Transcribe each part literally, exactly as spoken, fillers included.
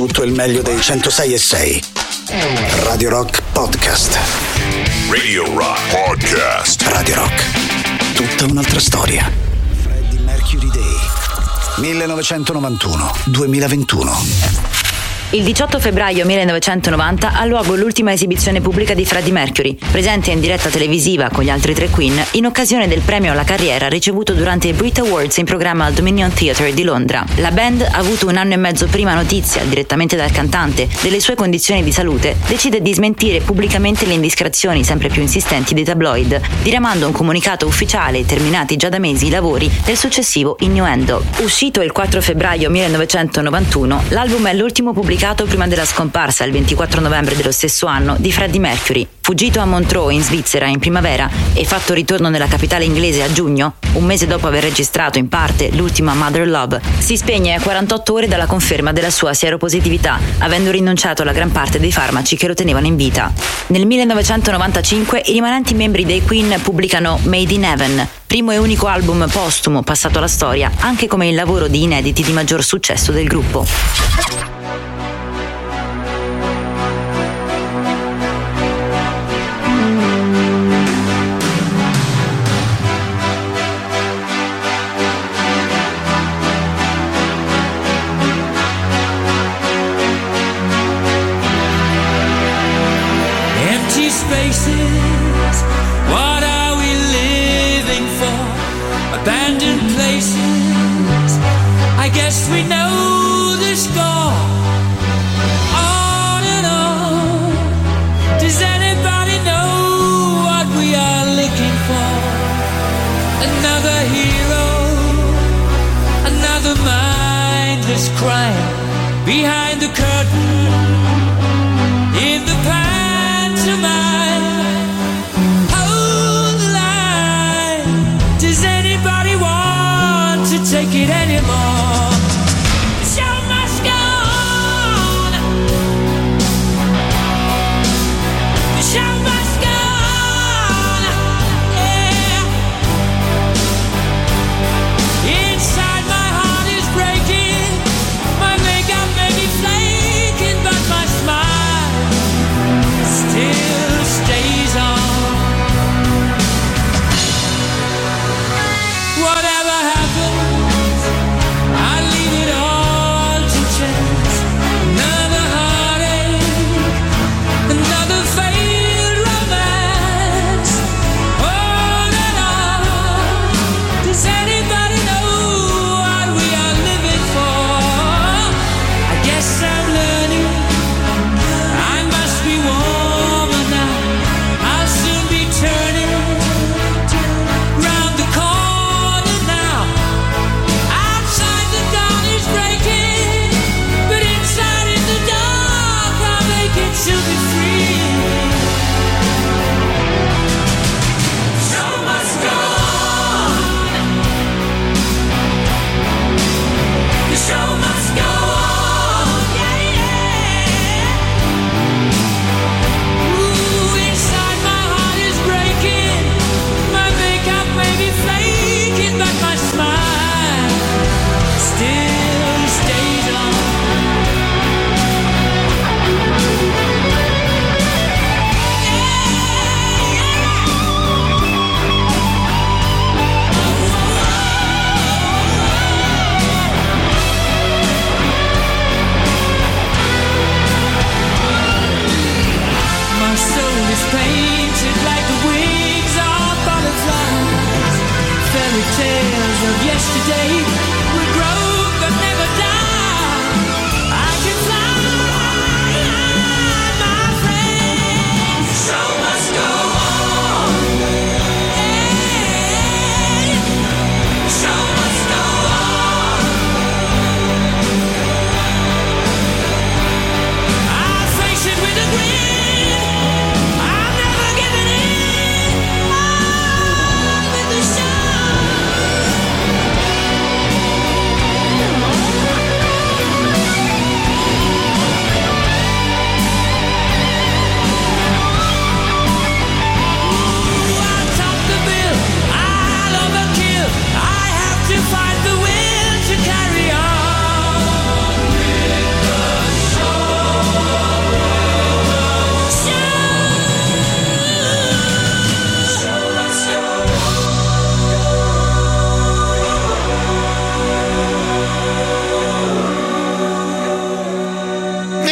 tutto il meglio dei centosei e sei. Radio Rock Podcast. Radio Rock Podcast. Radio Rock. Tutta un'altra storia. Freddie Mercury Day. millenovecentonovantuno duemilaventuno. Il diciotto febbraio millenovecentonovanta ha luogo l'ultima esibizione pubblica di Freddie Mercury, presente in diretta televisiva con gli altri tre Queen, in occasione del premio alla carriera ricevuto durante i Brit Awards in programma al Dominion Theatre di Londra. La band, ha avuto un anno e mezzo prima notizia, direttamente dal cantante, delle sue condizioni di salute, decide di smentire pubblicamente le indiscrezioni sempre più insistenti dei tabloid, diramando un comunicato ufficiale, terminati già da mesi i lavori, del successivo Innuendo. Uscito il quattro febbraio millenovecentonovantuno, l'album è l'ultimo pubblicato prima della scomparsa, il ventiquattro novembre dello stesso anno, di Freddie Mercury. Fuggito a Montreux in Svizzera in primavera e fatto ritorno nella capitale inglese a giugno, un mese dopo aver registrato in parte l'ultima Mother Love, si spegne a quarantotto ore dalla conferma della sua sieropositività, avendo rinunciato alla gran parte dei farmaci che lo tenevano in vita. Nel millenovecentonovantacinque i rimanenti membri dei Queen pubblicano Made in Heaven, primo e unico album postumo passato alla storia, anche come il lavoro di inediti di maggior successo del gruppo. What are we living for? Abandoned places. I guess we know the score. On and on. Does anybody know what we are looking for? Another hero, another mindless crime behind the curtain in the pantomime. Take it anymore. The show must go on. The show must go on. Yeah. Inside my heart is breaking. My makeup may be flaking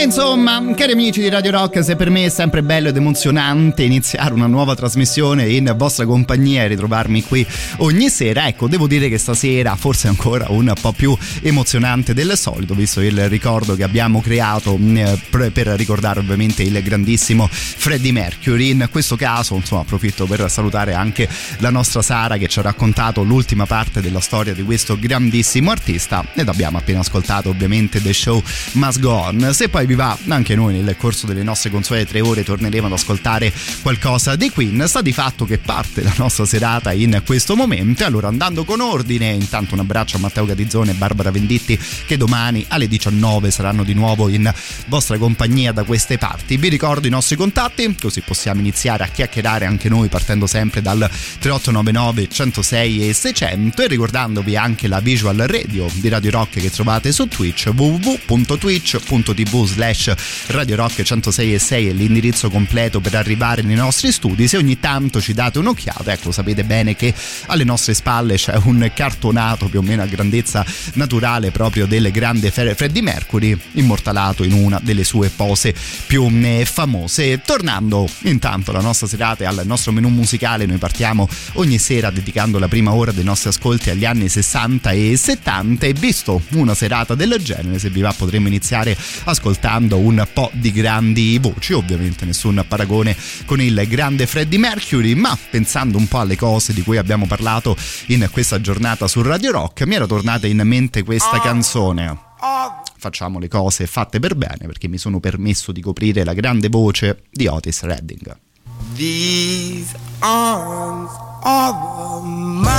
E insomma, cari amici di Radio Rock, se per me è sempre bello ed emozionante iniziare una nuova trasmissione in vostra compagnia e ritrovarmi qui ogni sera, ecco, devo dire che stasera forse è ancora un po' più emozionante del solito, visto il ricordo che abbiamo creato per ricordare ovviamente il grandissimo Freddie Mercury. In questo caso, insomma, approfitto per salutare anche la nostra Sara che ci ha raccontato l'ultima parte della storia di questo grandissimo artista, ed abbiamo appena ascoltato ovviamente The Show Must Go On. Se poi vi va, anche noi nel corso delle nostre consuete tre ore torneremo ad ascoltare qualcosa di Queen. Sta di fatto che parte la nostra serata in questo momento. Allora, andando con ordine, intanto un abbraccio a Matteo Gatizzone e Barbara Venditti, che domani alle diciannove saranno di nuovo in vostra compagnia da queste parti. Vi ricordo i nostri contatti, così possiamo iniziare a chiacchierare anche noi partendo sempre dal tre otto nove nove centosei e seicento, e ricordandovi anche la visual radio di Radio Rock che trovate su Twitch. w w w punto twitch punto t v slash Radio Rock centosei e sei è l'indirizzo completo per arrivare nei nostri studi. Se ogni tanto ci date un'occhiata, ecco, sapete bene che alle nostre spalle c'è un cartonato più o meno a grandezza naturale proprio del grande Freddie Mercury, immortalato in una delle sue pose più famose. Tornando intanto alla nostra serata e al nostro menù musicale, noi partiamo ogni sera dedicando la prima ora dei nostri ascolti agli anni sessanta e settanta, e visto una serata del genere, se vi va potremmo iniziare ascoltando un po' di grandi voci, ovviamente nessun paragone con il grande Freddie Mercury, ma pensando un po' alle cose di cui abbiamo parlato in questa giornata su Radio Rock, mi era tornata in mente questa canzone. Facciamo le cose fatte per bene, perché mi sono permesso di coprire la grande voce di Otis Redding. These arms are mine,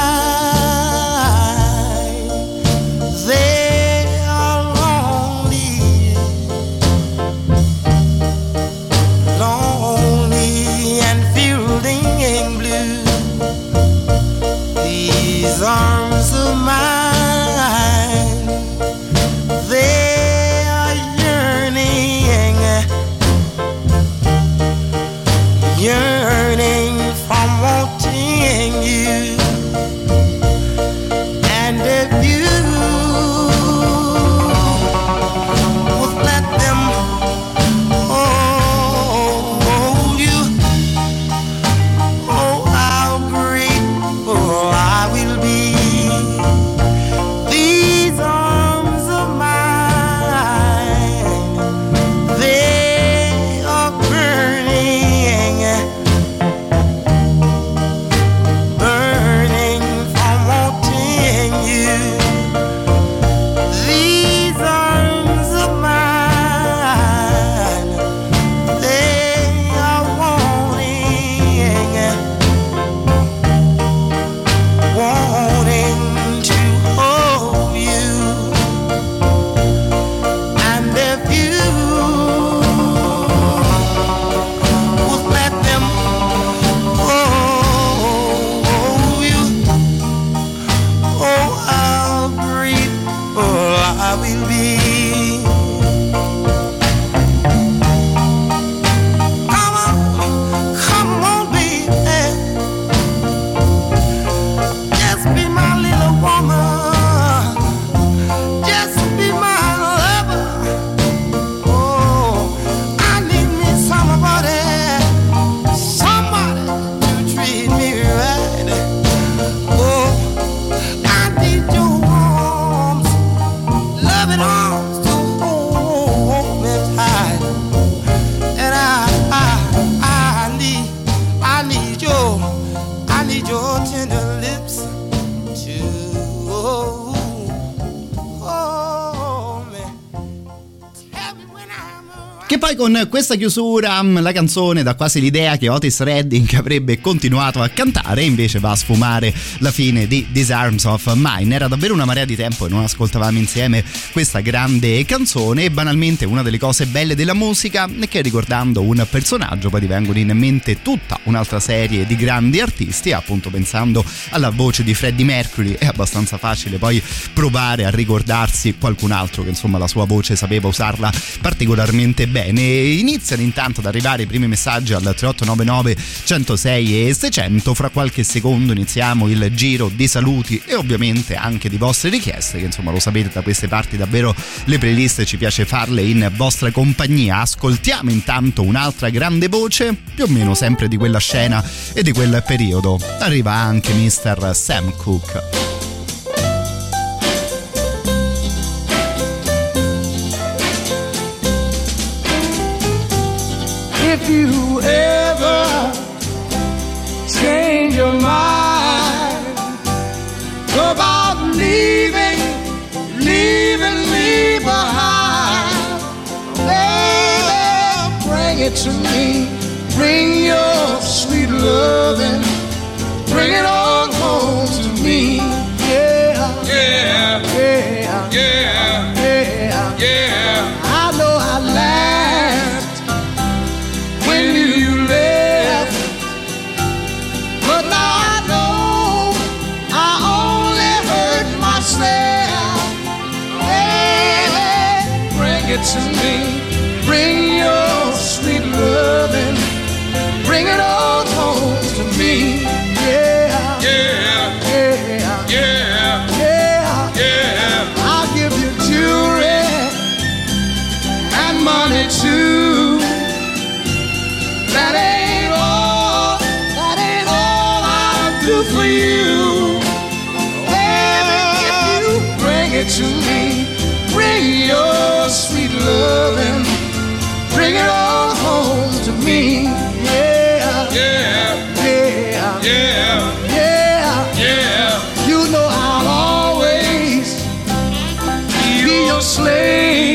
they are lonely, lonely and fielding blue. These arms of mine, they are yearning, yearning from wanting you. And if you would let them hold you, oh, how grateful I will be. These arms of mine, they are burning, burning from wanting you. These arms of mine, they are wanting, wanting to hold you. And if you would let them hold you, oh, how grateful I will be. Come on, come on, baby, just be my little woman, just be my lover. Oh, I need me somebody, somebody to treat me right. Oh, I need your arms, loving arms to hold me tight. And I, I, I need, I need your, I need your tender lips to hold, hold me. Tell me when I'm around. Che poi con questa chiusura la canzone dà quasi l'idea che Otis Redding avrebbe continuato a cantare, e invece va a sfumare la fine di These Arms of Mine. Era davvero una marea di tempo e non ascoltavamo insieme questa grande canzone, e banalmente una delle cose belle della musica è che ricordando un personaggio poi ti vengono in mente tutta un'altra serie di grandi artisti, e appunto pensando alla voce di Freddie Mercury è abbastanza facile poi provare a ricordarsi qualcun altro che insomma la sua voce sapeva usarla particolarmente bene. Bene, iniziano intanto ad arrivare i primi messaggi al tre otto nove nove centosei e seicento. Fra qualche secondo iniziamo il giro di saluti e ovviamente anche di vostre richieste, che insomma lo sapete, da queste parti davvero le playlist ci piace farle in vostra compagnia. Ascoltiamo intanto un'altra grande voce, più o meno sempre di quella scena e di quel periodo. Arriva anche mister Sam Cooke. If you ever change your mind about leaving, leaving me behind, baby, bring it to me. Bring your sweet loving, bring it on home to me. Yeah, yeah, yeah, yeah, yeah, yeah. I know I laughed when you left, but now I know I only hurt myself. Baby, bring it to me. Bring your sweet loving, bring it all home to me. Yeah, yeah, yeah, yeah, yeah, yeah. I'll give you jewelry and money too. That ain't all, that ain't all I'll do for you. Baby, if you bring it to me, bring your sweet loving, bring it all home to me. Yeah, yeah, yeah, yeah, yeah, yeah. You know I'll always be your slave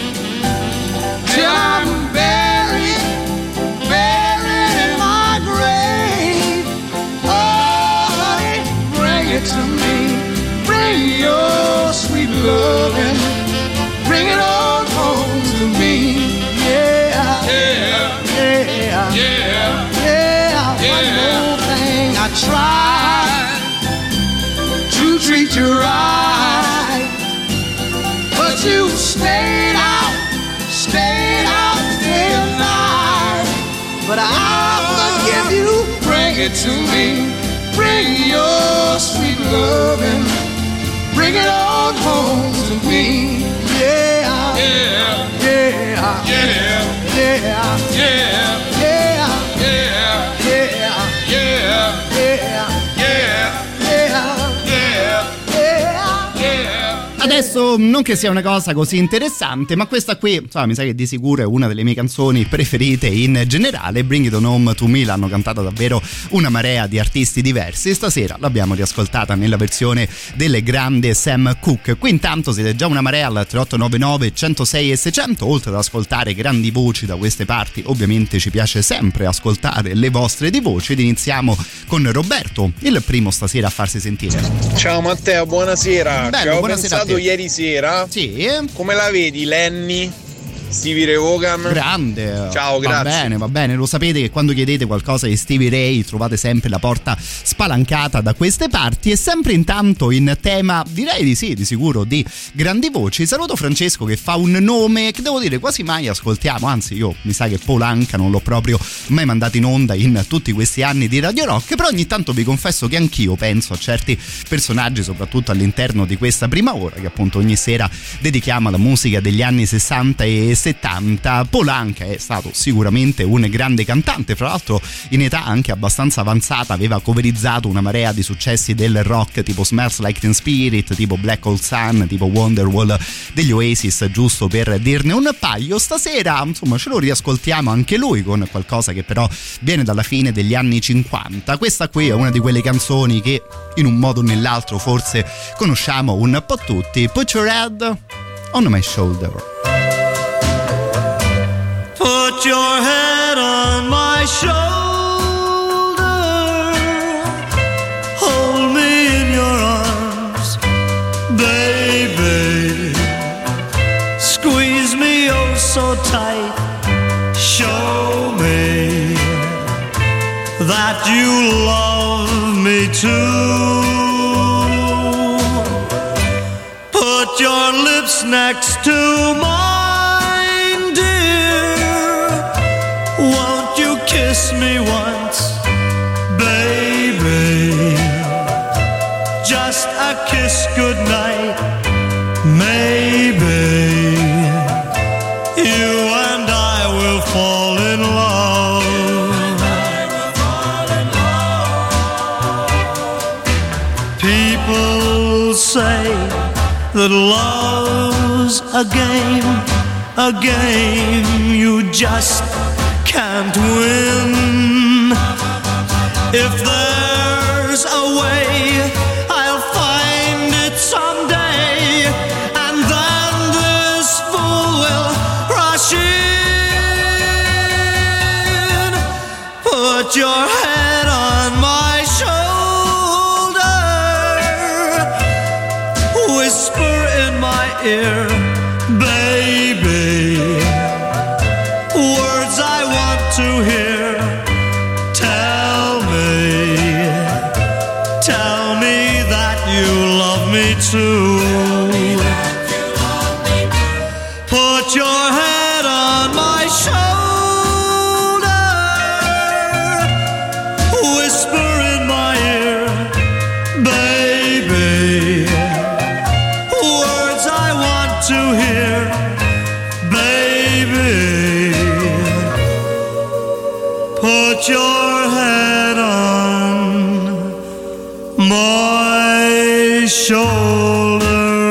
till I'm buried, buried in my grave. Oh, honey, bring it to me. Bring your sweet loving, bring it all home to me. Yeah, yeah, yeah, yeah, yeah. One more thing, I tried to treat you right, but you stayed out, stayed out till night. But I'll forgive you. Bring it to me. Bring your sweet loving, bring it on home to me. Yeah, yeah, yeah, yeah, yeah, yeah, yeah, yeah, yeah, yeah, yeah, yeah, yeah, yeah, yeah. Adesso non che sia una cosa così interessante, ma questa qui, insomma, mi sa che di sicuro è una delle mie canzoni preferite in generale. Bring It On Home To Me l'hanno cantata davvero una marea di artisti diversi. Stasera l'abbiamo riascoltata nella versione del grande Sam Cooke. Qui intanto siete già una marea al tre otto nove nove centosei e seicento. Oltre ad ascoltare grandi voci da queste parti, ovviamente ci piace sempre ascoltare le vostre di voci. Ed iniziamo con Roberto, il primo stasera a farsi sentire. Ciao Matteo, buonasera. Bello, Ci ho buonasera pensato ieri sera. Sì. Come la vedi, Lenny? Stevie Ray Vaughan? Grande. Ciao, grazie. Va bene, va bene. Lo sapete che quando chiedete qualcosa di Stevie Ray trovate sempre la porta spalancata da queste parti. E sempre intanto in tema, direi di sì, di sicuro, di grandi voci. Saluto Francesco che fa un nome che devo dire quasi mai ascoltiamo. Anzi, io mi sa che Polanca non l'ho proprio mai mandato in onda in tutti questi anni di Radio Rock. Però ogni tanto vi confesso che anch'io penso a certi personaggi, soprattutto all'interno di questa prima ora che appunto ogni sera dedichiamo alla musica degli anni sessanta e settanta. Polanca è stato sicuramente un grande cantante, fra l'altro in età anche abbastanza avanzata aveva coverizzato una marea di successi del rock tipo Smells Like Teen Spirit, tipo Black Hole Sun, tipo Wonderwall degli Oasis, giusto per dirne un paio. Stasera insomma ce lo riascoltiamo anche lui con qualcosa che però viene dalla fine degli anni cinquanta. Questa qui è una di quelle canzoni che in un modo o nell'altro forse conosciamo un po' tutti. Put Your Head on My Shoulder. Put your head on my shoulder, hold me in your arms, baby, squeeze me oh so tight, show me that you love me too. Put your lips next to mine, dear, me once, baby. Just a kiss goodnight, maybe you and I will fall in love. People say that love's a game, a game you just can't win. If there's a way, I'll find it someday, and then this fool will rush in. Put your head on my shoulder, whisper in my ear, baby, words I want to hear. Tell me, tell me that you love me too. Put your head on my shoulder, whisper in my ear, baby, words I want to hear, baby. Put your head on my shoulder.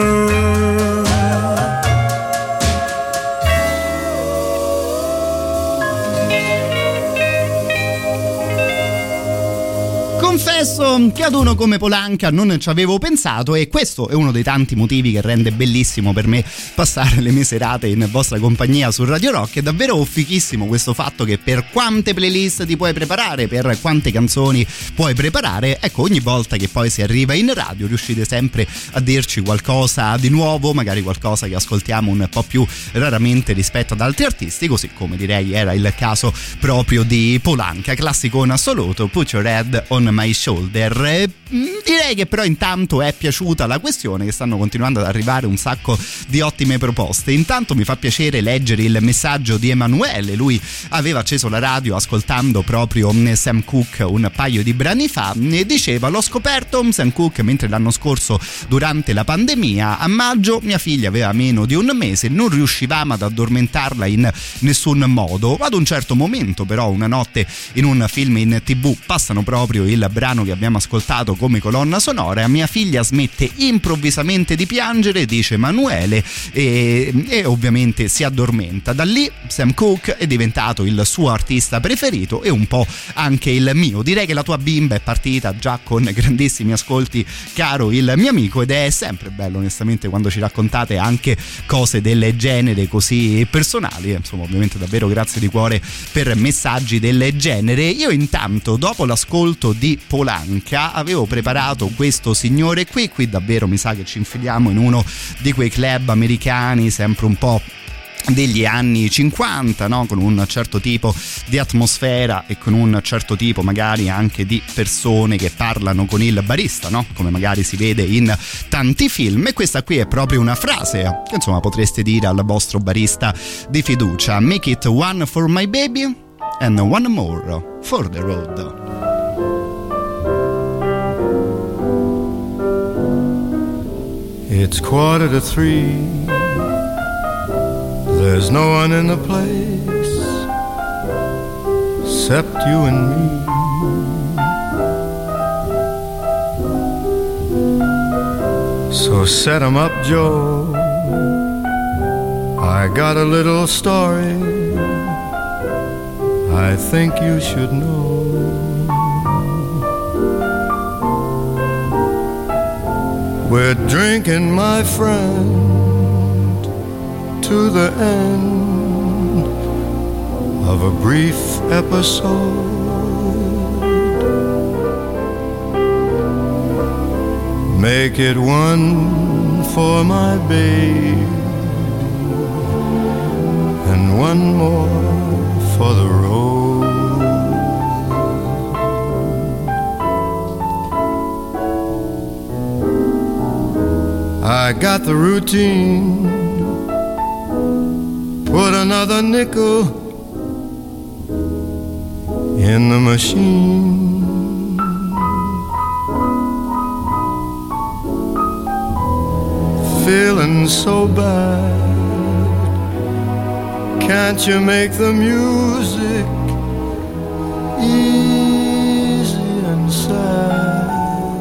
Confesso che ad uno come Polanca non ci avevo pensato, e questo è uno dei tanti motivi che rende bellissimo per me passare le mie serate in vostra compagnia su Radio Rock. È davvero fichissimo questo fatto che per quante playlist ti puoi preparare, per quante canzoni puoi preparare, ecco, ogni volta che poi si arriva in radio riuscite sempre a dirci qualcosa di nuovo, magari qualcosa che ascoltiamo un po' più raramente rispetto ad altri artisti, così come direi era il caso proprio di Polanca, classico in assoluto, Put Your Head on My Shoulder. Eh, direi che però intanto è piaciuta la questione, che stanno continuando ad arrivare un sacco di ottime proposte. Intanto mi fa piacere leggere il messaggio di Emanuele, lui aveva acceso la radio ascoltando proprio Sam Cooke un paio di brani fa e diceva: l'ho scoperto Sam Cooke mentre l'anno scorso durante la pandemia, a maggio mia figlia aveva meno di un mese, non riuscivamo ad addormentarla in nessun modo. Ad un certo momento però, una notte in un film in tv passano proprio il brano che abbiamo ascoltato come colonna sonora, mia figlia smette improvvisamente di piangere, dice Emanuele, e, e ovviamente si addormenta. Da lì Sam Cooke è diventato il suo artista preferito e un po' anche il mio. Direi che la tua bimba è partita già con grandissimi ascolti, caro il mio amico, ed è sempre bello onestamente quando ci raccontate anche cose del genere così personali. Insomma, ovviamente davvero grazie di cuore per messaggi del genere. Io intanto, dopo l'ascolto di Polanca, avevo preparato questo signore qui qui davvero mi sa che ci infiliamo in uno di quei club americani sempre un po' degli anni cinquanta, no? Con un certo tipo di atmosfera e con un certo tipo magari anche di persone che parlano con il barista, no? Come magari si vede in tanti film. E questa qui è proprio una frase che insomma potreste dire al vostro barista di fiducia: make it one for my baby and one more for the road. It's quarter to three. There's no one in the place except you and me. So set 'em up, Joe. I got a little story I think you should know. We're drinking, my friend, to the end of a brief episode. Make it one for my babe and one more for the road. I got the routine. Put another nickel in the machine. Feeling so bad, can't you make the music easy and sad?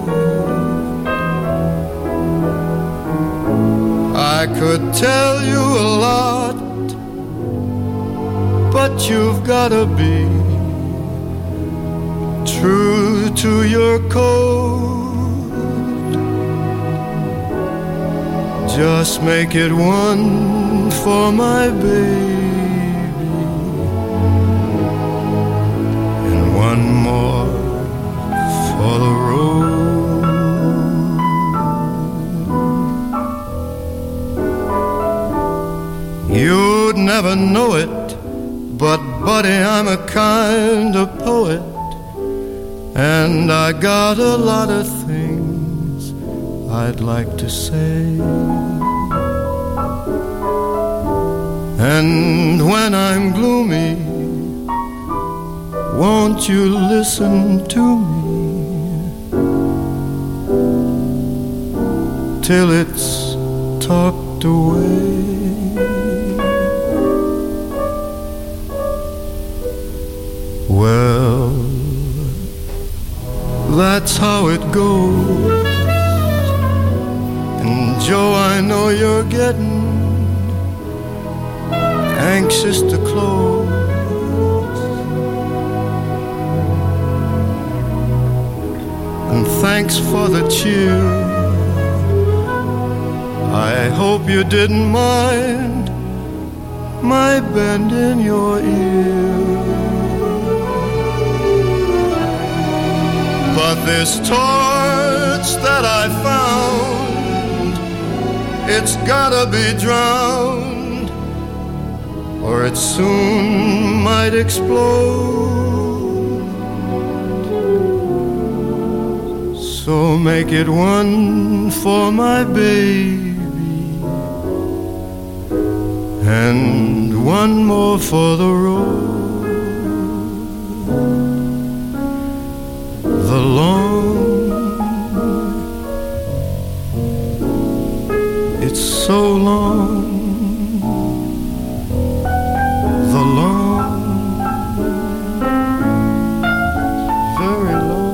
I could tell you a lot, but you've gotta be true to your code. Just make it one for my baby and one more for the road. You'd never know it, but buddy, I'm a kind of poet, and I got a lot of things I'd like to say. And when I'm gloomy, won't you listen to me till it's talked away? Well, that's how it goes. And Joe, I know you're getting anxious to close. And thanks for the cheer. I hope you didn't mind my bending your ear. But this torch that I found, it's gotta be drowned, or it soon might explode. So make it one for my baby and one more for the road. The long, it's so long, the long, very long.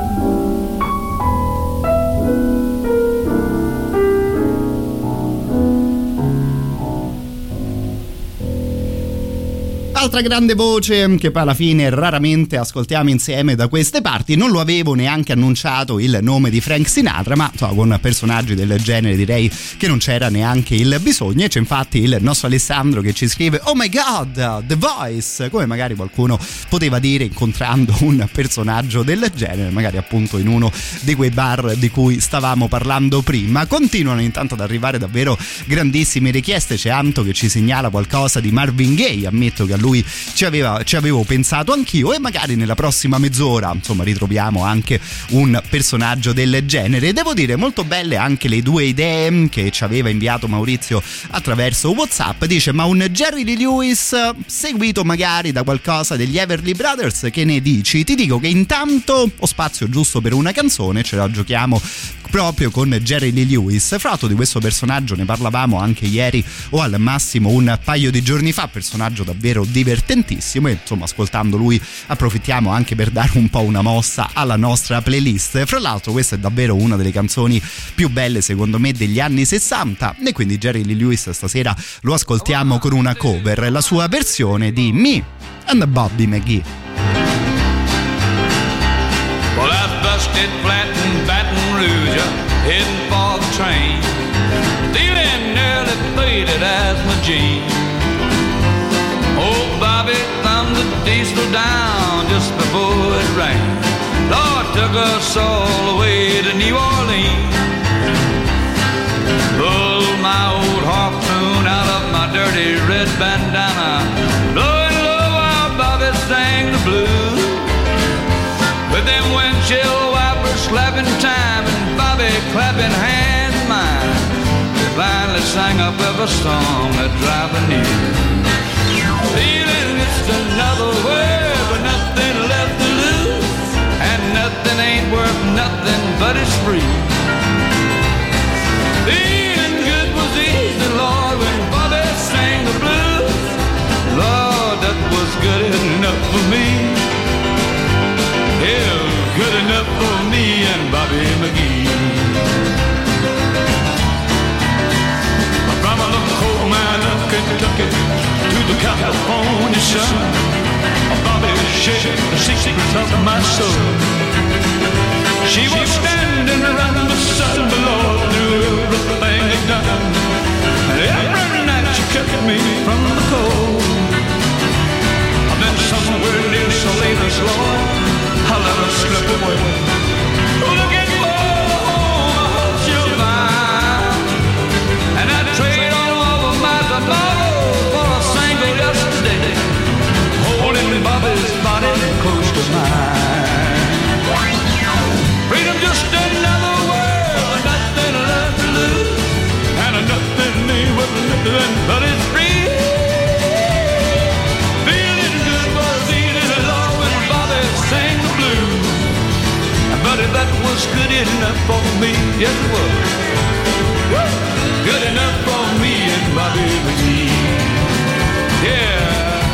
Altra grande voce che poi alla fine raramente ascoltiamo insieme da queste parti. Non lo avevo neanche annunciato il nome di Frank Sinatra, ma insomma, con personaggi del genere direi che non c'era neanche il bisogno. E c'è infatti il nostro Alessandro che ci scrive: oh my god, The Voice, come magari qualcuno poteva dire incontrando un personaggio del genere, magari appunto in uno di quei bar di cui stavamo parlando prima. Continuano intanto ad arrivare davvero grandissime richieste. C'è Anto che ci segnala qualcosa di Marvin Gaye, ammetto che a lui Ci, aveva, ci avevo pensato anch'io, e magari nella prossima mezz'ora insomma ritroviamo anche un personaggio del genere. Devo dire molto belle anche le due idee che ci aveva inviato Maurizio attraverso WhatsApp. Dice: ma un Jerry Lee Lewis seguito magari da qualcosa degli Everly Brothers, che ne dici? Ti dico che intanto ho spazio giusto per una canzone, ce la giochiamo proprio con Jerry Lee Lewis. Fra l'altro di questo personaggio ne parlavamo anche ieri o al massimo un paio di giorni fa, personaggio davvero divertentissimo, e insomma ascoltando lui approfittiamo anche per dare un po' una mossa alla nostra playlist. Fra l'altro questa è davvero una delle canzoni più belle secondo me degli anni sessanta, e quindi Jerry Lee Lewis stasera lo ascoltiamo con una cover, la sua versione di Me and Bobby McGee. Well, I busted flat in Baton Rouge, heading for the train, feeling nearly faded as my jeans. Old Bobby thumbed the diesel down just before it rained. Lord took us all the way to New Orleans. Pulled my old harpoon out of my dirty red bandana, blowing low while Bobby sang the blues. With them windshield wipers slapping time and Bobby clapping hands in mine, we finally sang up every song that driver knew. Feeling it's another word, but nothing less free. Feeling good was easy, Lord, when Bobby sang the blues. Lord, that was good enough for me. Yeah, good enough for me and Bobby McGee. From a little coal mine of Kentucky to the California sun, Bobby shared the secrets of my soul. She was standing around the sun below through everything he'd done, and every night she kept me from the cold. And then somewhere near Salinas, Lord, I let her slip away. Looking for the home I hope she'll find, and I trade all over my tomorrow for a single yesterday, holding Bobby's body close to mine. Freedom just another word, nothing left to lose, and nothing ain't worth living but it's free. Feeling good was easy, Lord, when Bobby sang the blues, but if that was good enough for me, yes it was. Woo! Good enough for me and Bobby McGee. Yeah.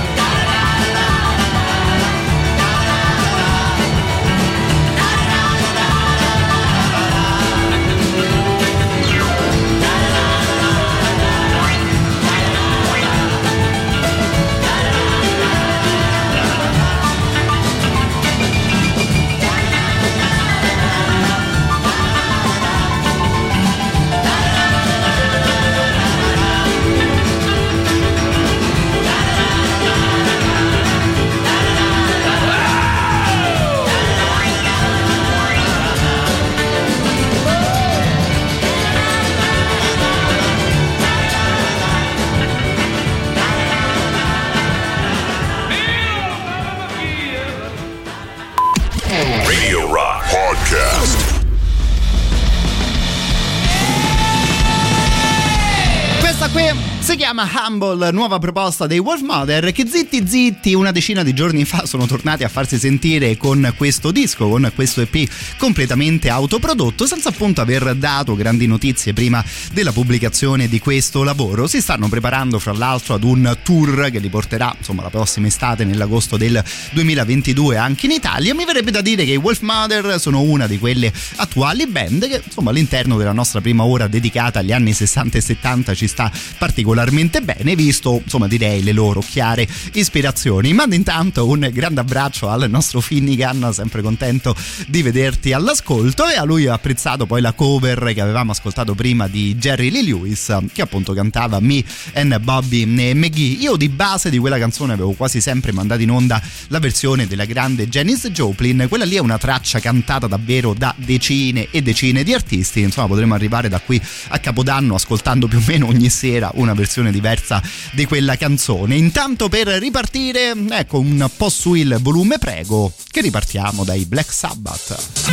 Si chiama Humble, nuova proposta dei Wolfmother, che zitti zitti una decina di giorni fa sono tornati a farsi sentire con questo disco, con questo E P completamente autoprodotto, senza appunto aver dato grandi notizie prima della pubblicazione di questo lavoro. Si stanno preparando fra l'altro ad un tour che li porterà insomma la prossima estate, nell'agosto del duemilaventidue, anche in Italia. Mi verrebbe da dire che i Wolfmother sono una di quelle attuali band che insomma all'interno della nostra prima ora dedicata agli anni sessanta e settanta ci sta particolarmente bene, visto insomma direi le loro chiare ispirazioni. Mando intanto un grande abbraccio al nostro Finnegan, sempre contento di vederti all'ascolto, e a lui ho apprezzato poi la cover che avevamo ascoltato prima di Jerry Lee Lewis, che appunto cantava Me and Bobby McGee. Io di base di quella canzone avevo quasi sempre mandato in onda la versione della grande Janis Joplin. Quella lì è una traccia cantata davvero da decine e decine di artisti, insomma potremmo arrivare da qui a Capodanno ascoltando più o meno ogni sera una versione diversa di quella canzone. Intanto per ripartire, ecco un po' su il volume prego, che ripartiamo dai Black Sabbath.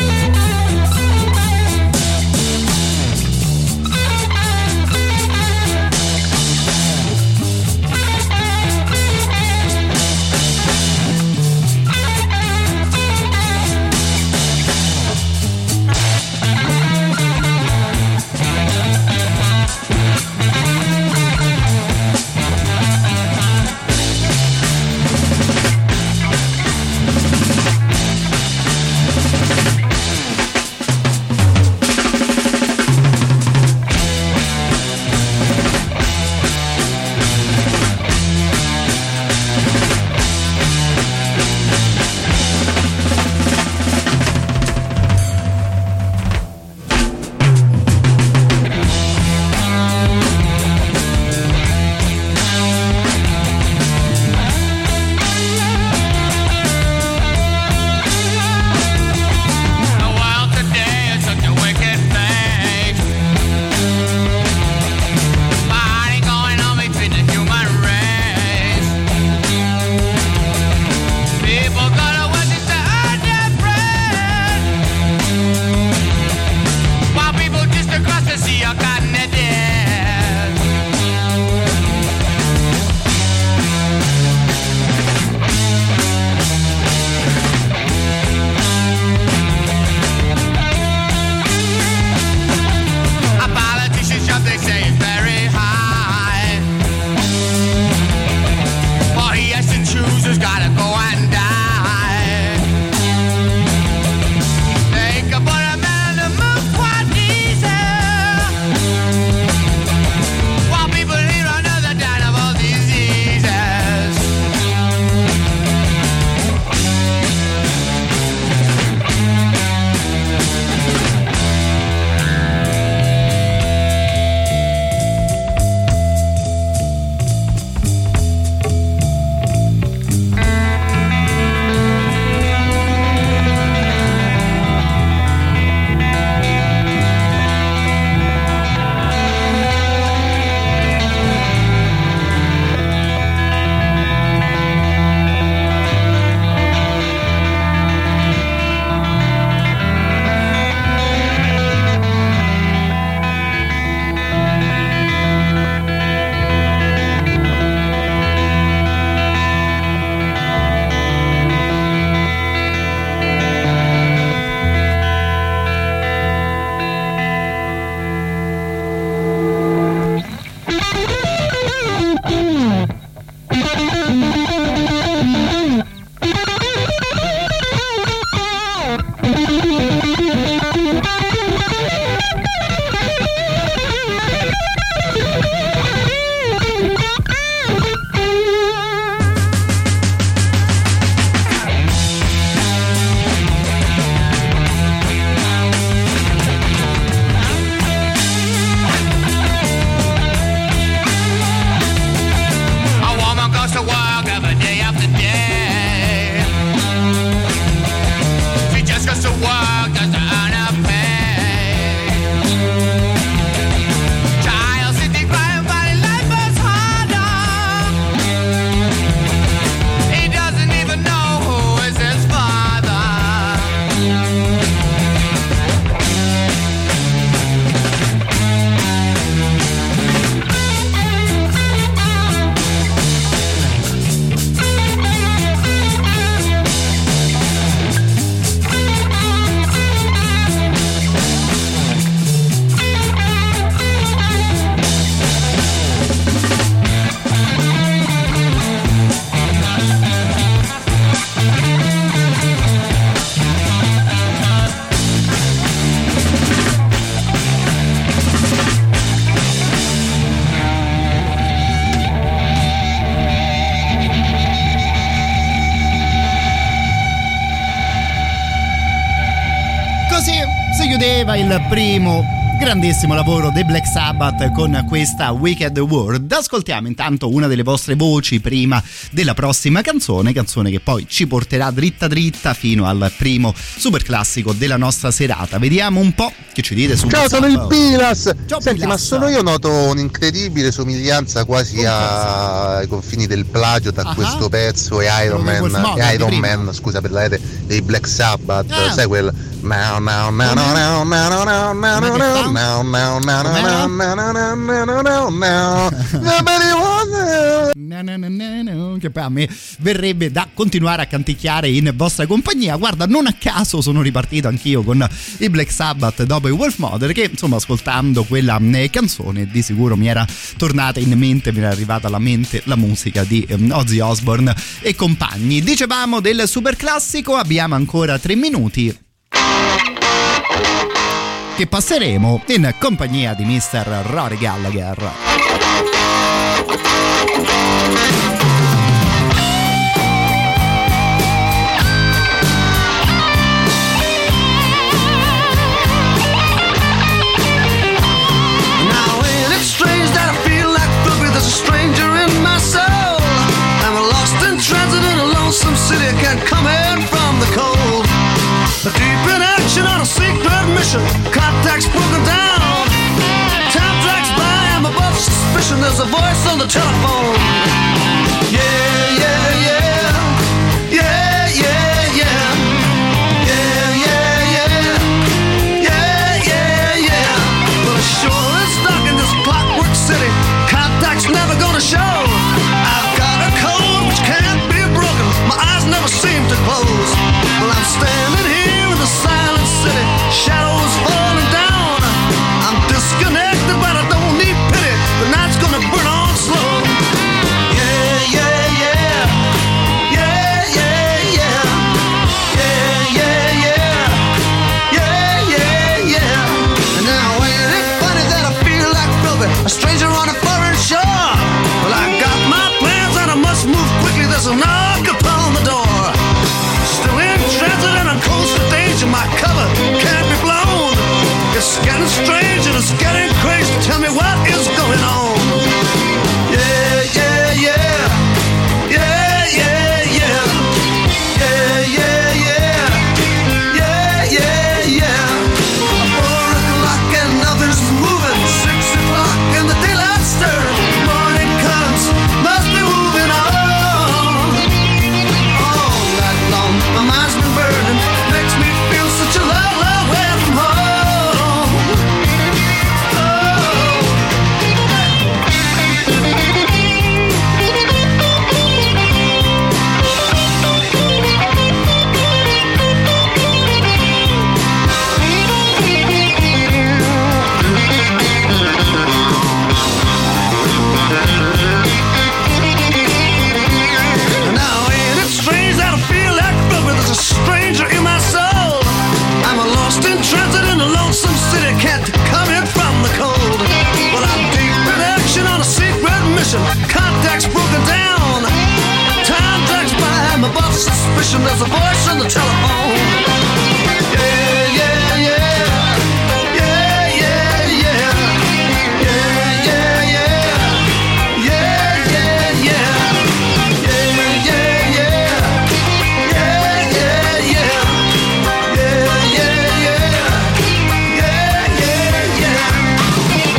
chiudeva il primo grandissimo lavoro dei Black Sabbath con questa Wicked World. Ascoltiamo intanto una delle vostre voci prima della prossima canzone, canzone che poi ci porterà dritta dritta fino al primo super classico della nostra serata. Vediamo un po' che ci dite su Ciao, WhatsApp. sono il Pilas. Ciao, Senti, Pilas. ma solo io noto un'incredibile somiglianza quasi a- ai confini del plagio tra Ah, questo pezzo e Iron quello di Man, Wolf e Mother, Iron di prima. Man, scusa per la rete, dei Black Sabbath, Ah. sai quel Now, now, now, now, now, now, now, now, now, Come che now, fa? now, now, now, Com'è? now, now, now, now, now, now, now. Nobody wants it. Na, na, na, na, na, che poi a me verrebbe da continuare a canticchiare in vostra compagnia. Guarda, non a caso sono ripartito anch'io con i Black Sabbath dopo i Wolf Mother, che insomma ascoltando quella eh, canzone di sicuro mi era tornata in mente, mi era arrivata alla mente la musica di um, Ozzy Osbourne e compagni. Dicevamo del super classico, abbiamo ancora tre minuti che passeremo in compagnia di mister Rory Gallagher. Now ain't it strange that I feel like Philby, there's a stranger in my soul. I'm lost in transit in a lonesome city, I can't come in from the cold. Deep in action on a secret mission, contacts broken down. Time drags by, I'm above suspicion, there's a voice on the telephone. Yeah, yeah, yeah. Yeah, yeah, yeah. Yeah, yeah, yeah. Yeah, yeah, yeah. Well, it sure is dark in this clockwork city. Contact's never gonna show. I've got a code which can't be broken. My eyes never seem to close. Well, I'm standing here in the silent city. Shadows falling down. I'm disconnected, but I don't need pity. The night's gonna burn on slow. Yeah, yeah, yeah. Yeah, yeah, yeah. Yeah, yeah, yeah. Yeah, yeah, yeah. And now ain't it funny that I feel like Philby, a stranger on a foreign shore? Well, I got my plans and I must move quickly. There's a knock upon the door. Still in transit and I'm close to danger. My cover can't be blown. It's getting strange and it's getting crazy. Tell me what is going on. Yeah, yeah, yeah. Yeah, yeah, yeah. Yeah, yeah, yeah. Yeah, yeah, yeah. Four o'clock and nothing's moving. Six o'clock and the daylight's stirring. Morning comes, must be moving on. All night long, my mind's been burning. Makes me feel such a long, long way from home. Oh. Now ain't it strange that I feel like Philby, there's a stranger in my soul. I'm a lost in transit in a lonesome city, can't come in from the cold. But I'm deep in action on a secret mission, contacts broken down. Time drags by, I'm above suspicion, there's a voice on the telephone. Yeah, yeah, yeah. Yeah, yeah, yeah. Yeah, yeah, yeah. Yeah, yeah, yeah. Yeah, yeah, yeah. Yeah, yeah, yeah. Yeah, yeah, yeah. Yeah, yeah,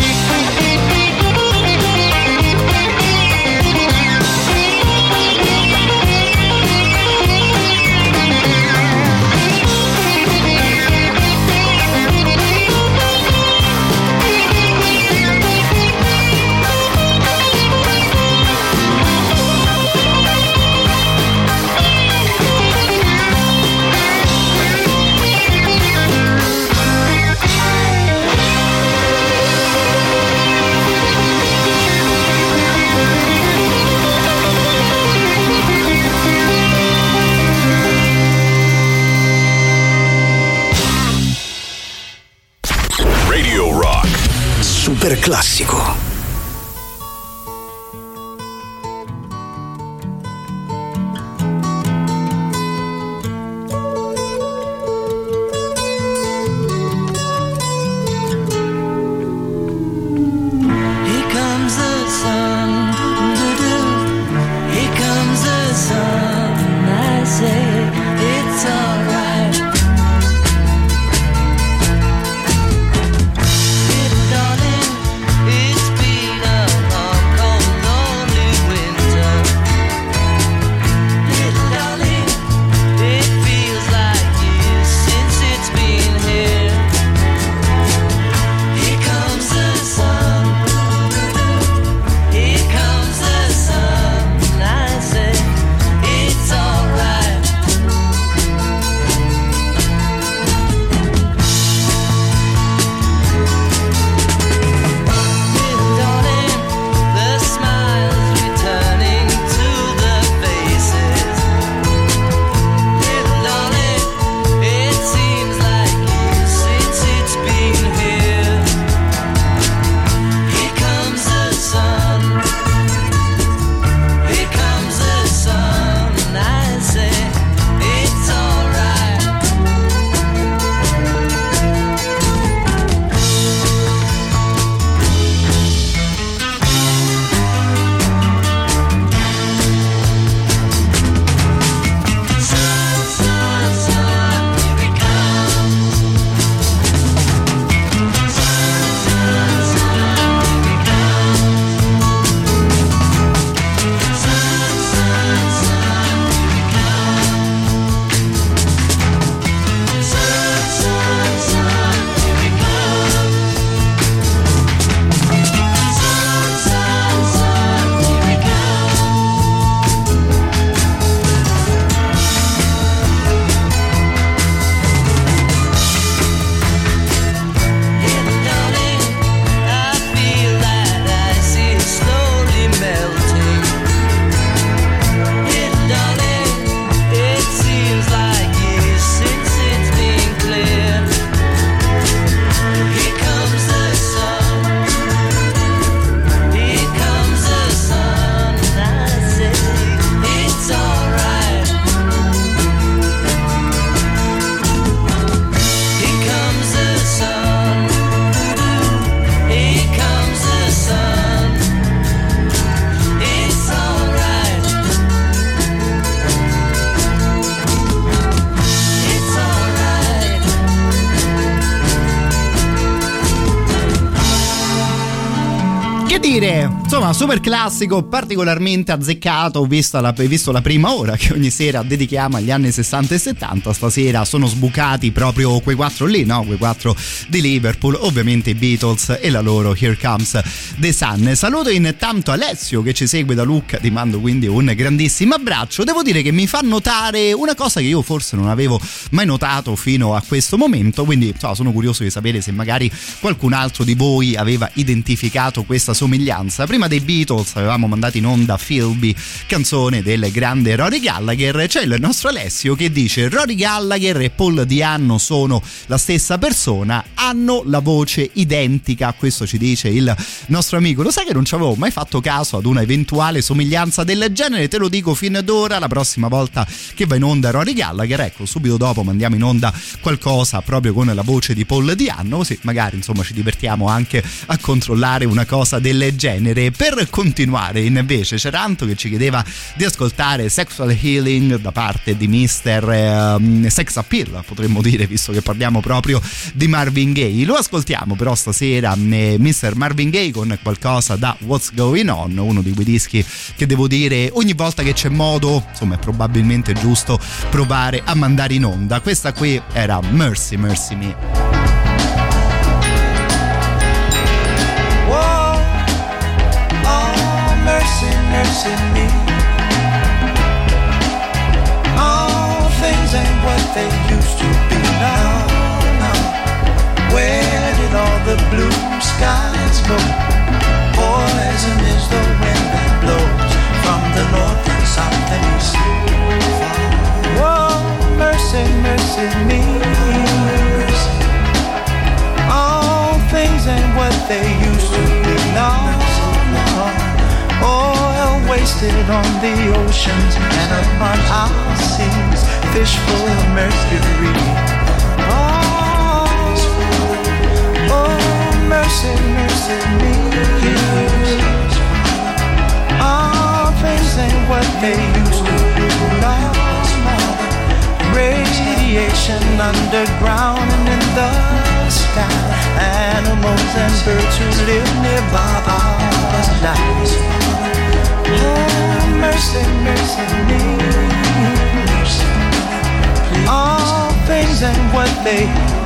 Radio Rock. Super classico. dire, insomma, super classico, particolarmente azzeccato, visto la, visto la prima ora che ogni sera dedichiamo agli anni sessanta e settanta. Stasera sono sbucati proprio quei quattro lì, no? Quei quattro di Liverpool, ovviamente i Beatles e la loro Here Comes the Sun. Saluto intanto Alessio che ci segue da Lucca, ti mando quindi un grandissimo abbraccio. Devo dire che mi fa notare una cosa che io forse non avevo mai notato fino a questo momento, quindi so, sono curioso di sapere se magari qualcun altro di voi aveva identificato questa somiglianza. Prima dei Beatles avevamo mandato in onda Philby, canzone del grande Rory Gallagher. C'è il nostro Alessio che dice: Rory Gallagher e Paul Di'Anno sono la stessa persona, hanno la voce identica. Questo ci dice il nostro amico. Lo sai che non ci avevo mai fatto caso ad una eventuale somiglianza del genere, te lo dico fin d'ora. La prossima volta che va in onda Rory Gallagher, ecco, subito dopo mandiamo in onda qualcosa proprio con la voce di Paul Di'Anno, così magari insomma ci divertiamo anche a controllare una cosa del genere. Per continuare invece c'era Anto che ci chiedeva di ascoltare Sexual Healing da parte di mister eh, Sex Appeal, potremmo dire, visto che parliamo proprio di Marvin Gaye. Lo ascoltiamo però stasera eh, mister Marvin Gaye con qualcosa da What's Going On, uno di quei dischi che devo dire ogni volta che c'è modo, insomma, è probabilmente giusto provare a mandare in onda. Questa qui era Mercy Mercy Me. Whoa, oh, mercy, mercy me. All things ain't what they used to be now. now. Where did all the blue skies go? Poison is the wind that blows from the north and south and east. Whoa, mercy, mercy me. All things ain't what they used to be now. Oil wasted on the oceans and upon our seas, fish full of mercury. Oh, oh, mercy, mercy me. All things ain't what they used to be now. Radiation underground and in the sky. Animals and birds who live nearby are nice. Oh, mercy, mercy me. All things ain't what they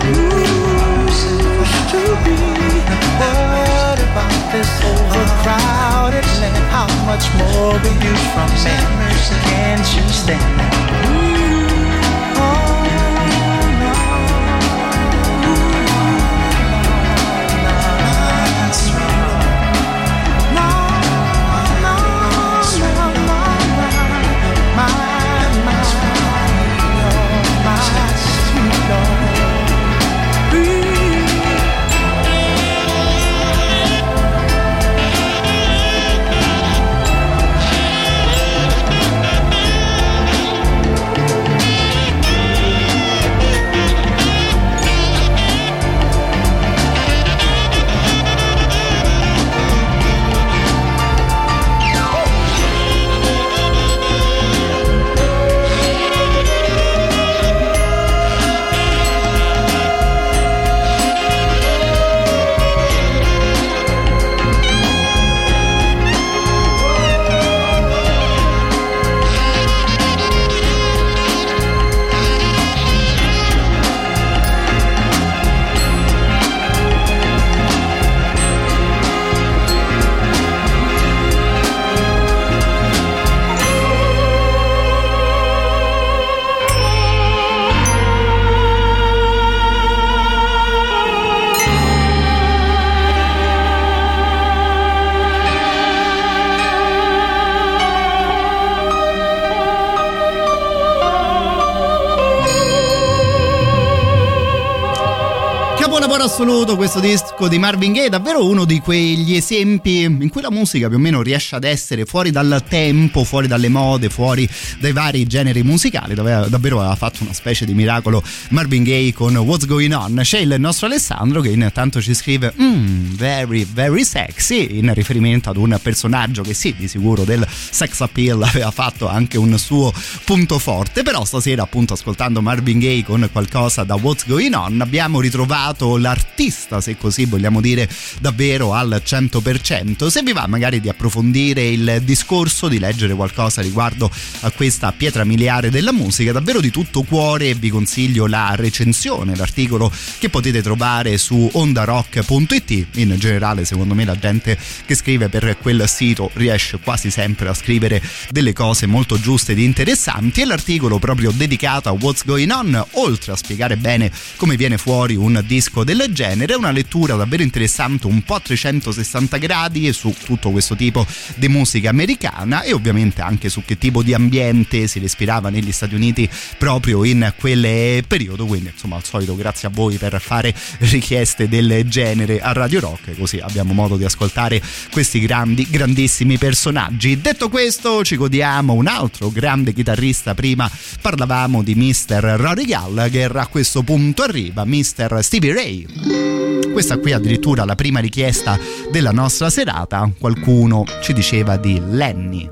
used to be. What about this overcrowded land? How much more will you from man? Can't you stand that? Assoluto questo disco di Marvin Gaye, davvero uno di quegli esempi in cui la musica più o meno riesce ad essere fuori dal tempo, fuori dalle mode, fuori dai vari generi musicali. Dove davvero aveva fatto una specie di miracolo Marvin Gaye con What's Going On. C'è il nostro Alessandro che intanto ci scrive mm, very very sexy, in riferimento ad un personaggio che sì, di sicuro del sex appeal aveva fatto anche un suo punto forte. Però stasera, appunto, ascoltando Marvin Gaye con qualcosa da What's Going On, abbiamo ritrovato la artista, se così vogliamo dire, davvero al cento per cento. Se vi va magari di approfondire il discorso, di leggere qualcosa riguardo a questa pietra miliare della musica, davvero di tutto cuore vi consiglio la recensione, l'articolo che potete trovare su ondarock punto it. In generale, secondo me, la gente che scrive per quel sito riesce quasi sempre a scrivere delle cose molto giuste ed interessanti, e l'articolo proprio dedicato a What's Going On, oltre a spiegare bene come viene fuori un disco del genere, è una lettura davvero interessante, un po' a trecentosessanta gradi su tutto questo tipo di musica americana, e ovviamente anche su che tipo di ambiente si respirava negli Stati Uniti proprio in quel periodo. Quindi insomma, al solito, grazie a voi per fare richieste del genere a Radio Rock, così abbiamo modo di ascoltare questi grandi, grandissimi personaggi. Detto questo, ci godiamo un altro grande chitarrista. Prima parlavamo di mister Rory Gallagher, a questo punto arriva mister Stevie Ray. Questa qui addirittura la prima richiesta della nostra serata. Qualcuno ci diceva di Lenny.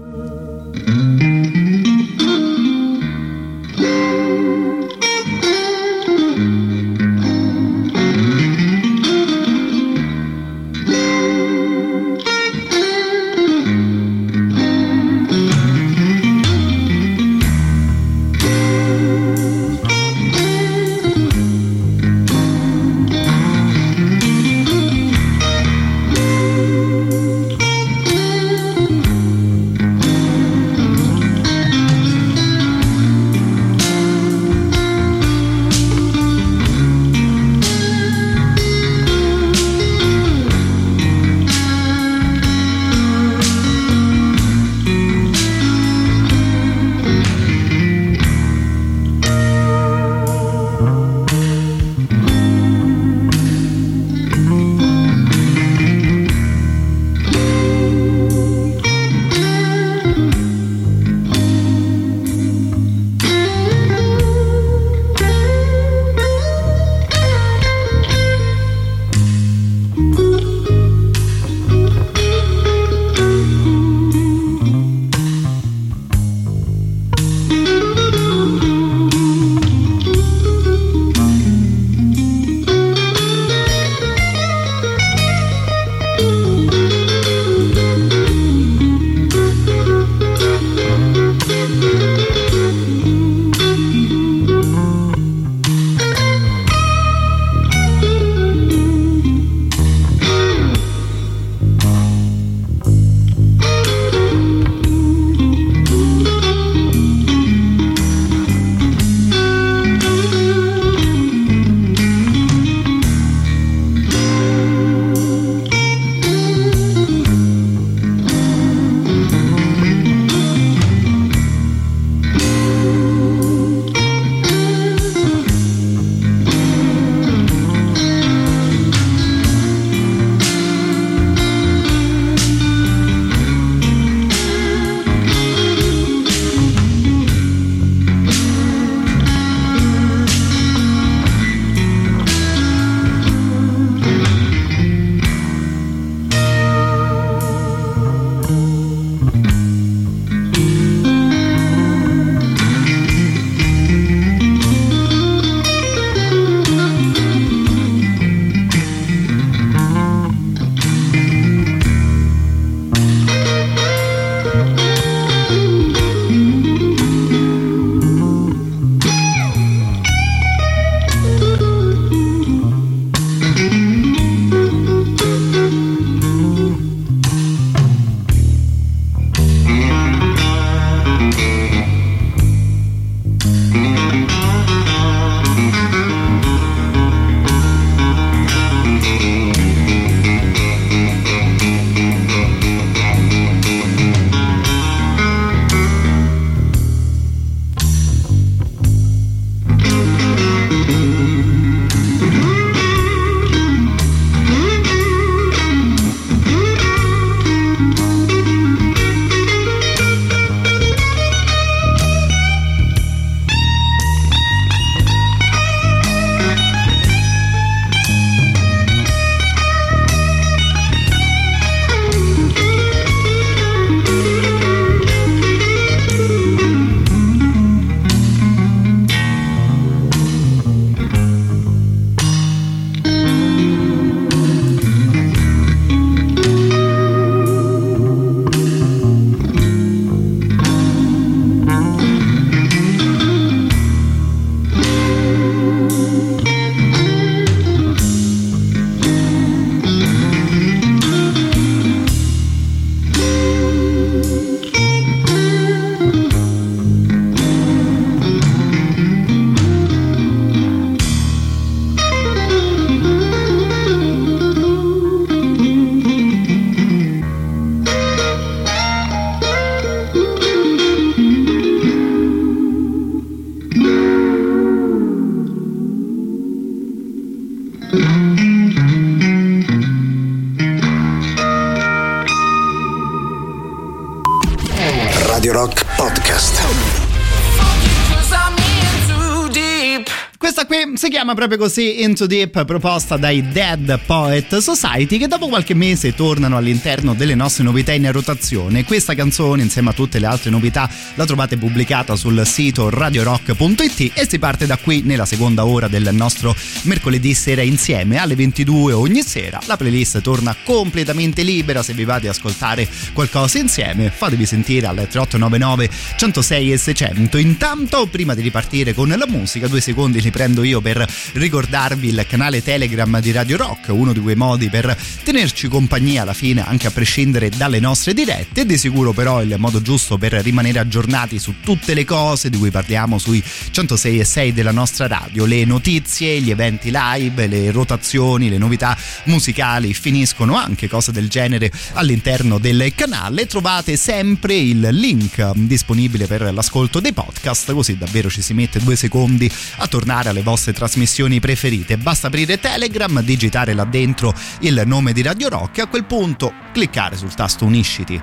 Questa qui si chiama proprio così, Into Deep, proposta dai Dead Poet Society, che dopo qualche mese tornano all'interno delle nostre novità in rotazione. Questa canzone, insieme a tutte le altre novità, la trovate pubblicata sul sito radio rock punto it e si parte da qui nella seconda ora del nostro mercoledì sera insieme alle ventidue ogni sera. La playlist torna completamente libera, se vi va di ascoltare qualcosa insieme fatevi sentire al tre otto nove nove centosei e seicento. Intanto, prima di ripartire con la musica, due secondi li prendo io per ricordarvi il canale Telegram di Radio Rock, uno di quei modi per tenerci compagnia alla fine anche a prescindere dalle nostre dirette. Di sicuro però il modo giusto per rimanere aggiornati su tutte le cose di cui parliamo sui centosei e sei della nostra radio, le notizie, gli eventi live, le rotazioni, le novità musicali, finiscono anche cose del genere all'interno del canale. Trovate sempre il link disponibile per l'ascolto dei podcast, così davvero ci si mette due secondi a tornare alle vostre trasmissioni preferite. Basta aprire Telegram, digitare là dentro il nome di Radio Rock e a quel punto cliccare sul tasto unisciti.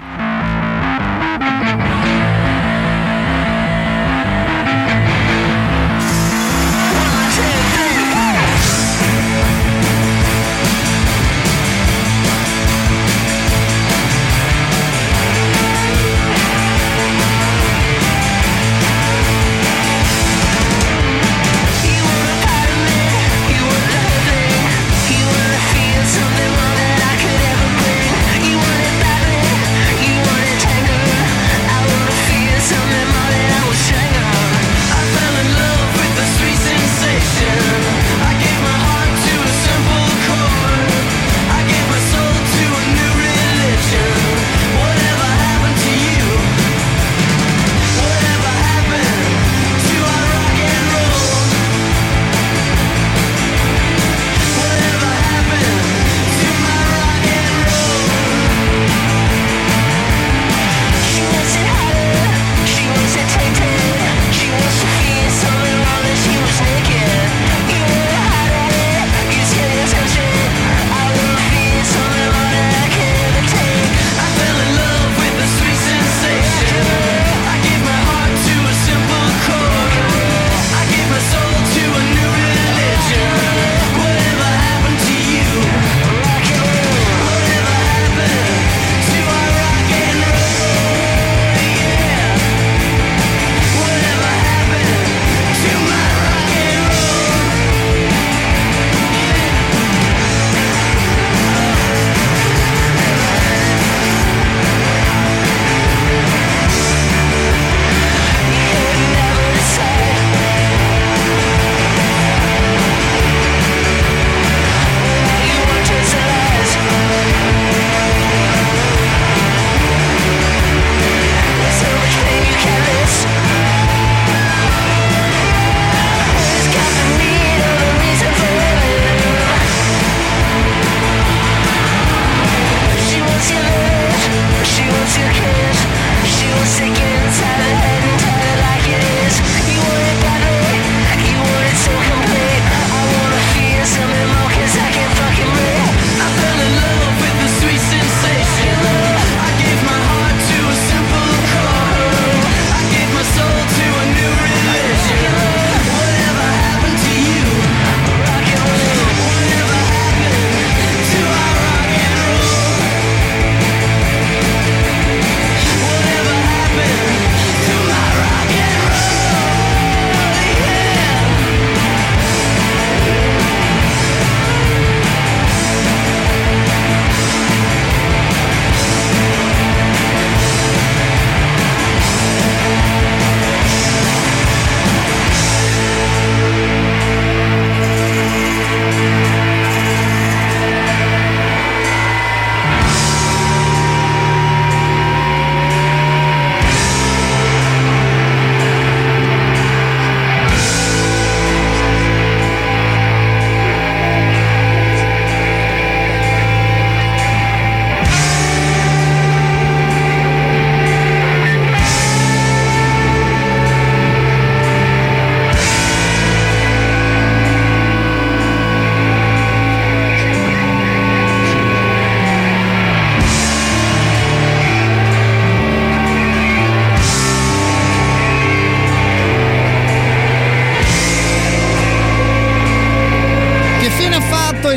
You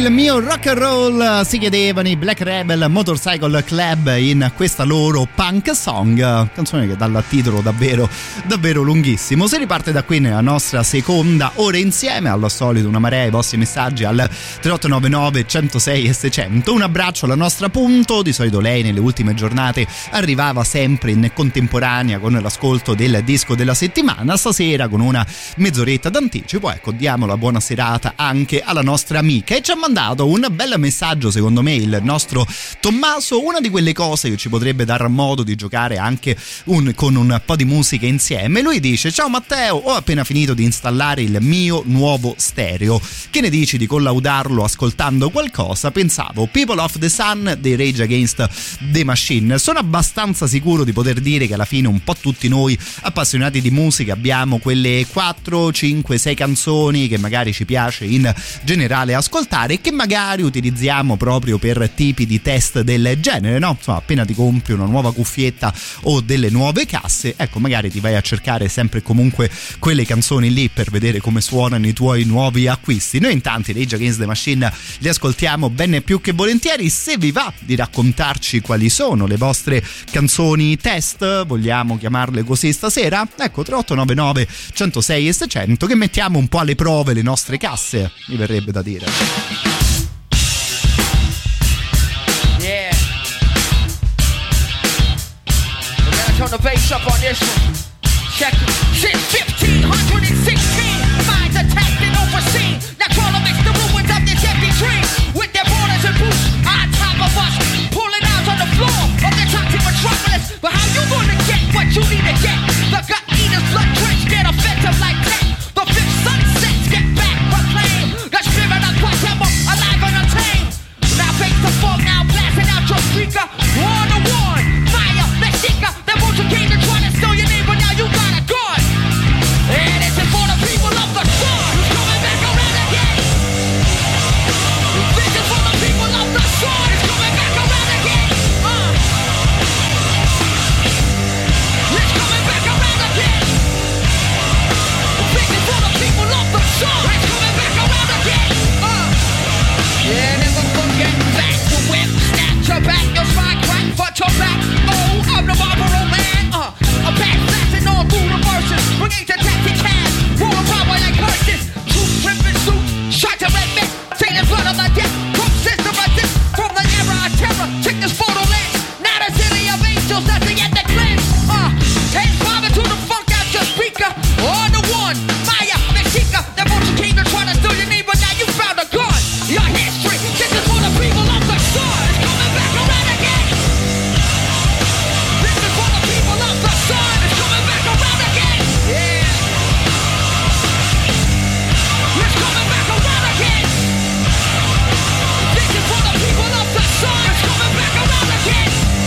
il mio rock and roll, si chiedevano i Black Rebel Motorcycle Club in questa loro punk song, canzone che dà il titolo davvero davvero lunghissimo. Si riparte da qui nella nostra seconda ora insieme, al solito una marea i vostri messaggi al tre otto nove nove centosei e seicento. Un abbraccio alla nostra Punto, di solito lei nelle ultime giornate arrivava sempre in contemporanea con l'ascolto del disco della settimana, stasera con una mezz'oretta d'anticipo. Ecco, diamo la buona serata anche alla nostra amica, e ci ha mandato un bel messaggio secondo me il nostro Tommaso, una di quelle cose che ci potrebbe dar modo di giocare anche un, con un po' di musica insieme. Lui dice: ciao Matteo, ho appena finito di installare il mio nuovo stereo, che ne dici di collaudarlo ascoltando qualcosa? Pensavo People of the Sun dei Rage Against the Machine. Sono abbastanza sicuro di poter dire che alla fine un po' tutti noi appassionati di musica abbiamo quelle quattro, cinque, sei canzoni che magari ci piace in generale ascoltare e che magari utilizziamo proprio per tipi di test del genere, no? Insomma, appena ti compri una nuova cuffietta o delle nuove casse, ecco, magari ti vai a cercare sempre e comunque quelle canzoni lì per vedere come suonano i tuoi nuovi acquisti. Noi intanto i Rage Against the Machine li ascoltiamo bene più che volentieri. Se vi va di raccontarci quali sono le vostre canzoni test, vogliamo chiamarle così stasera, ecco, tre otto nove nove centosei e seicento, che mettiamo un po' alle prove le nostre casse, mi verrebbe da dire. Yeah. We're gonna turn the bass up on this one. Check it. Since fifteen sixteen, minds attacked and overseen. Now crawl amidst the ruins of this empty dream, with their borders and boots on top of us, pulling out on the floor of the toxic metropolis. But how you gonna get what you need to get? The gut eaters, blood drenched, get offensive like that. The fifth sunsets get back proclaimed. The spirit of Quatemma, alive and untamed. Now face the fog, now blasting out your speaker. War to one, fire, Mexica. They won't you came to try to steal your name, but now you got a gun. And it's for the people of the sun, who's coming back around again. This is for the people of the sun, it's coming back around again. Uh. It's coming back around again. This is for the people of the sun, it's coming back around again. Uh. Yeah, never forget back to whip, snap your back, your spine crack for your back. Oh, I'm the Marlboro man. Uh, a back blasting all through the verses, bringing to tactic cash, roll a power like curses. True tripping suit, shot to red men, taking blood of the death. From system resist from the era of terror. Check this photo lens, not a city of angels, nothing at the cleanse. Uh, hands bobbing to the funk out your speaker. On the one, Maya, Mexica. That motion came to try to steal your name, but now you found a gun. Your history, this is for the people of the sun. It's coming back around again. This is for the people of the sun. It's coming back around again. Yeah. It's coming back around again. This is for the people of the sun. It's coming back around again.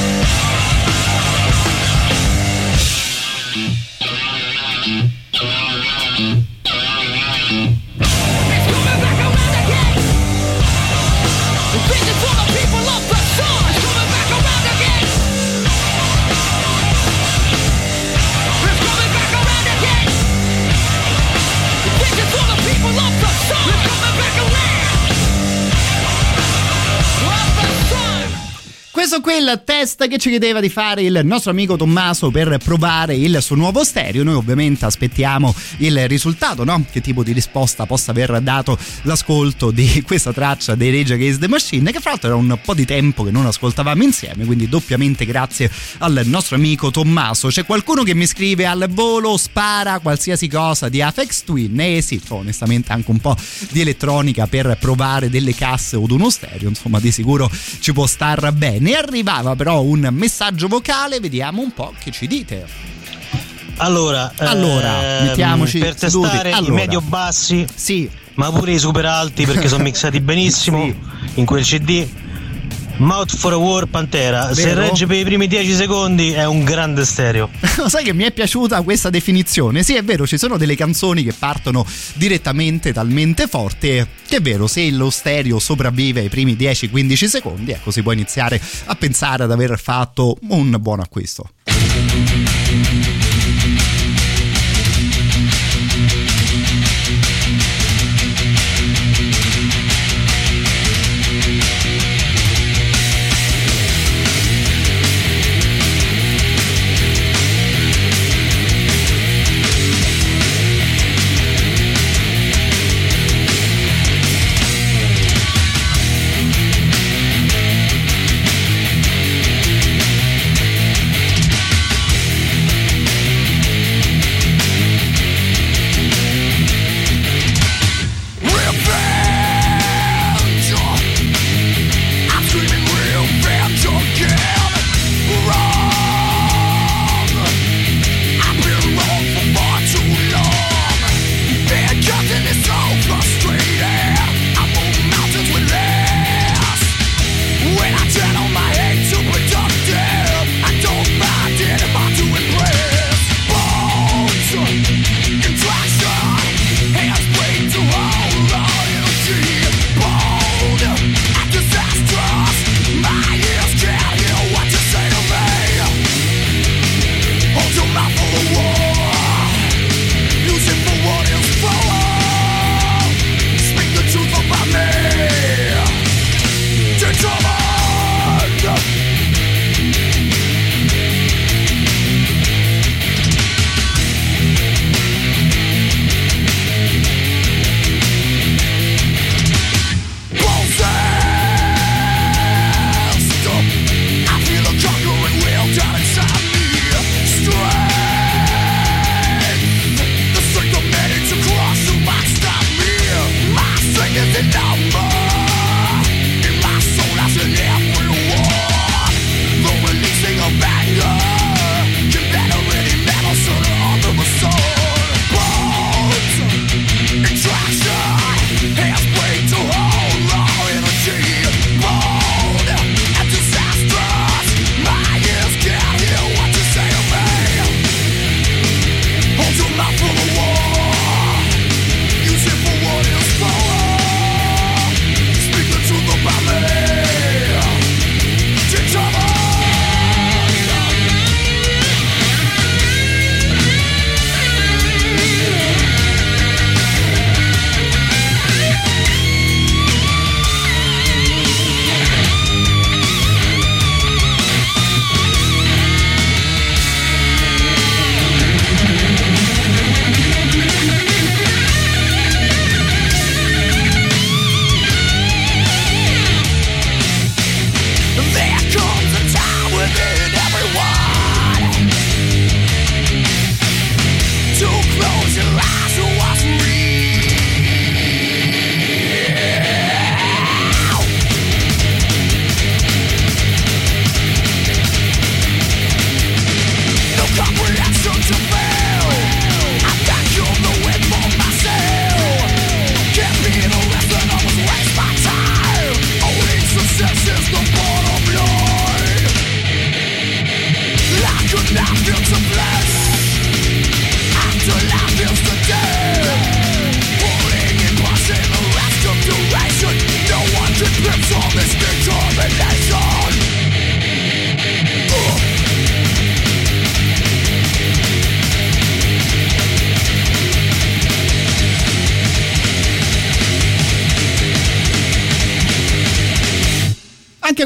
It's coming back around again. This is for the people of the sun. It's coming back around again. It's coming back around again. This is for the people of the sun. It's coming back around. Of the sun. Questo qui è il test che ci chiedeva di fare il nostro amico Tommaso per provare il suo nuovo stereo. Noi ovviamente aspettiamo il risultato, no? Che tipo di risposta possa aver dato l'ascolto di questa traccia dei Rage Against the Machine, che fra l'altro era un po' di tempo che non ascoltavamo insieme, quindi doppiamente grazie al nostro amico Tommaso. C'è qualcuno che mi scrive al volo: spara qualsiasi cosa di Aphex Twin. Eh sì, onestamente anche un po' di elettronica per provare delle casse o uno stereo, insomma di sicuro ci può star bene. Arrivava però un messaggio vocale, vediamo un po' che ci dite. Allora, allora ehm, mettiamoci per testare allora. i medio bassi, sì, ma pure i super alti perché sono mixati benissimo sì. In quel C D. Mouth for a War Pantera, vero? Se regge per i primi dieci secondi è un grande stereo. Sai che mi è piaciuta questa definizione? Sì, è vero, ci sono delle canzoni che partono direttamente talmente forte che è vero, se lo stereo sopravvive ai primi dieci quindici secondi, ecco, si può iniziare a pensare ad aver fatto un buon acquisto.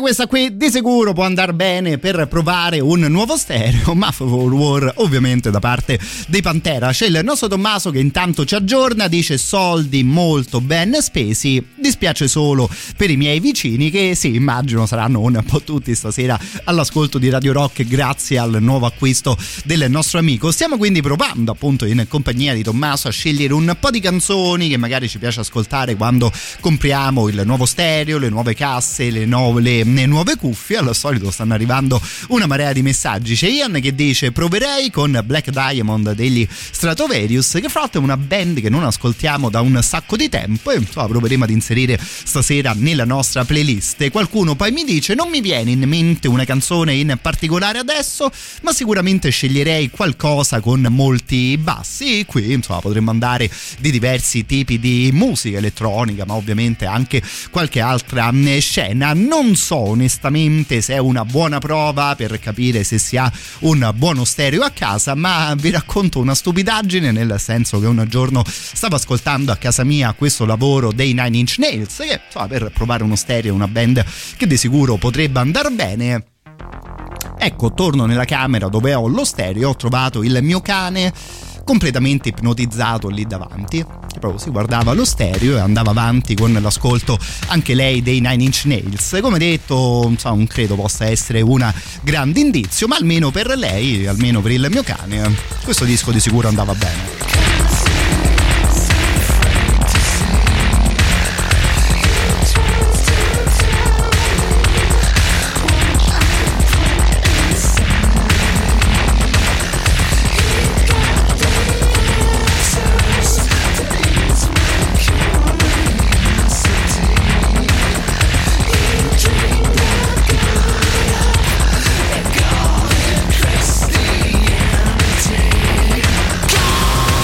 questa qui di sicuro può andare bene per provare un nuovo stereo, ma for War ovviamente da parte dei Pantera. C'è il nostro Tommaso che intanto ci aggiorna, dice soldi molto ben spesi, dispiace solo per i miei vicini che sì, immagino saranno un po' tutti stasera all'ascolto di Radio Rock grazie al nuovo acquisto del nostro amico. Stiamo quindi provando appunto in compagnia di Tommaso a scegliere un po' di canzoni che magari ci piace ascoltare quando compriamo il nuovo stereo, le nuove casse, le nuove, le, le nuove cuffie. Al solito stanno arrivando una marea di messaggi. C'è Ian che dice proverei con Black Diamond degli Stratovarius, che fra l'altro è una band che non ascoltiamo da un sacco di tempo e insomma proveremo ad inserire stasera nella nostra playlist. Qualcuno poi mi dice non mi viene in mente una canzone in particolare adesso, ma sicuramente sceglierei qualcosa con molti bassi. Qui insomma potremmo andare di diversi tipi di musica elettronica, ma ovviamente anche qualche altra scena. Non so onestamente se è una buona prova per capire se si ha un buono stereo a casa, ma vi racconto una stupidaggine, nel senso che un giorno stavo ascoltando a casa mia questo lavoro dei Nine Inch Nails, che insomma per provare uno stereo, una band che di sicuro potrebbe andare bene. Ecco, torno nella camera dove ho lo stereo, ho trovato il mio cane completamente ipnotizzato lì davanti, che proprio si guardava lo stereo e andava avanti con l'ascolto anche lei dei Nine Inch Nails. Come detto, insomma, non credo possa essere un grande indizio, ma almeno per lei, almeno per il mio cane, questo disco di sicuro andava bene. Go!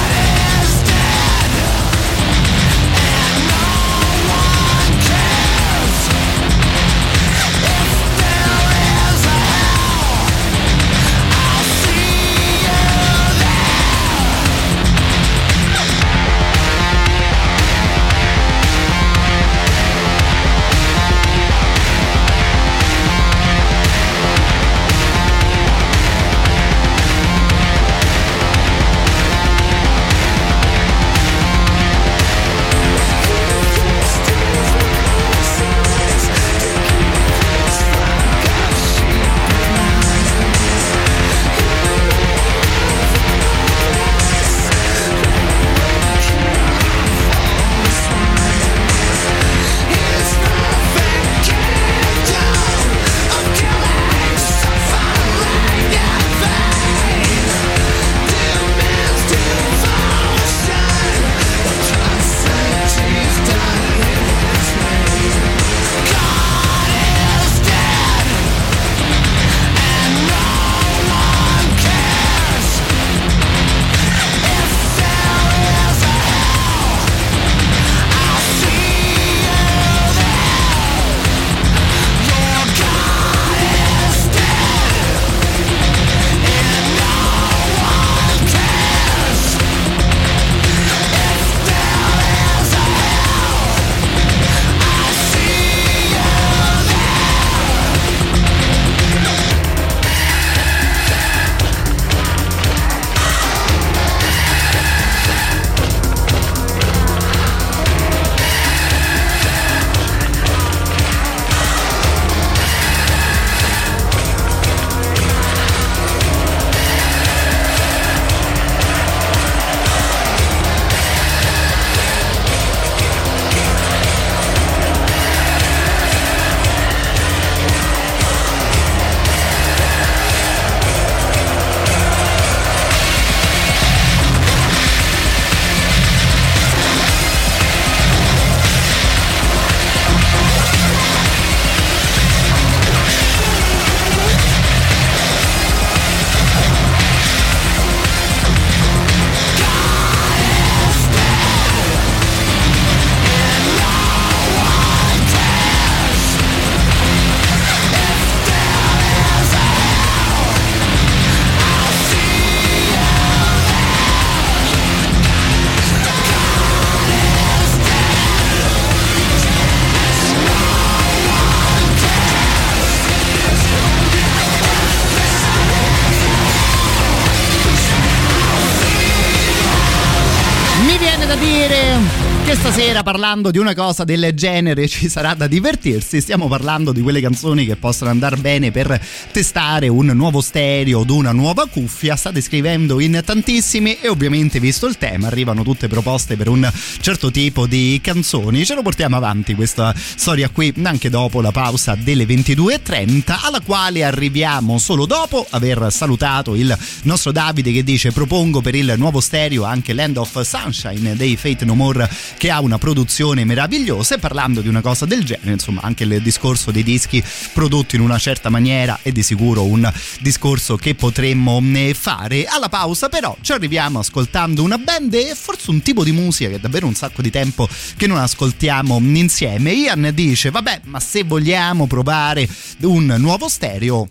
viene da dire che stasera, parlando di una cosa del genere, ci sarà da divertirsi. Stiamo parlando di quelle canzoni che possono andare bene per testare un nuovo stereo o una nuova cuffia. State scrivendo in tantissimi e ovviamente, visto il tema, arrivano tutte proposte per un certo tipo di canzoni. Ce lo portiamo avanti questa storia qui anche dopo la pausa delle ventidue e trenta, alla quale arriviamo solo dopo aver salutato il nostro Davide, che dice: propongo per il nuovo stereo anche Land of Sunshine dei Faith No More, che ha una produzione meravigliosa. E parlando di una cosa del genere, insomma, anche il discorso dei dischi prodotti in una certa maniera è di sicuro un discorso che potremmo fare. Alla pausa però ci arriviamo ascoltando una band e forse un tipo di musica che è davvero un sacco di tempo che non ascoltiamo insieme. Ian dice: vabbè, ma se vogliamo provare un nuovo stereo,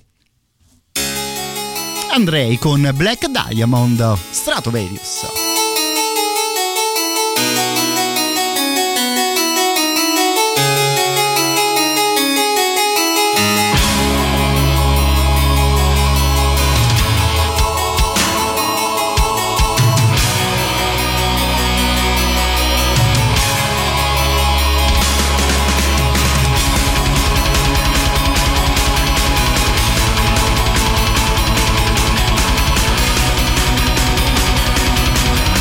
andrei con Black Diamond, Stratovarius. We'll be right back.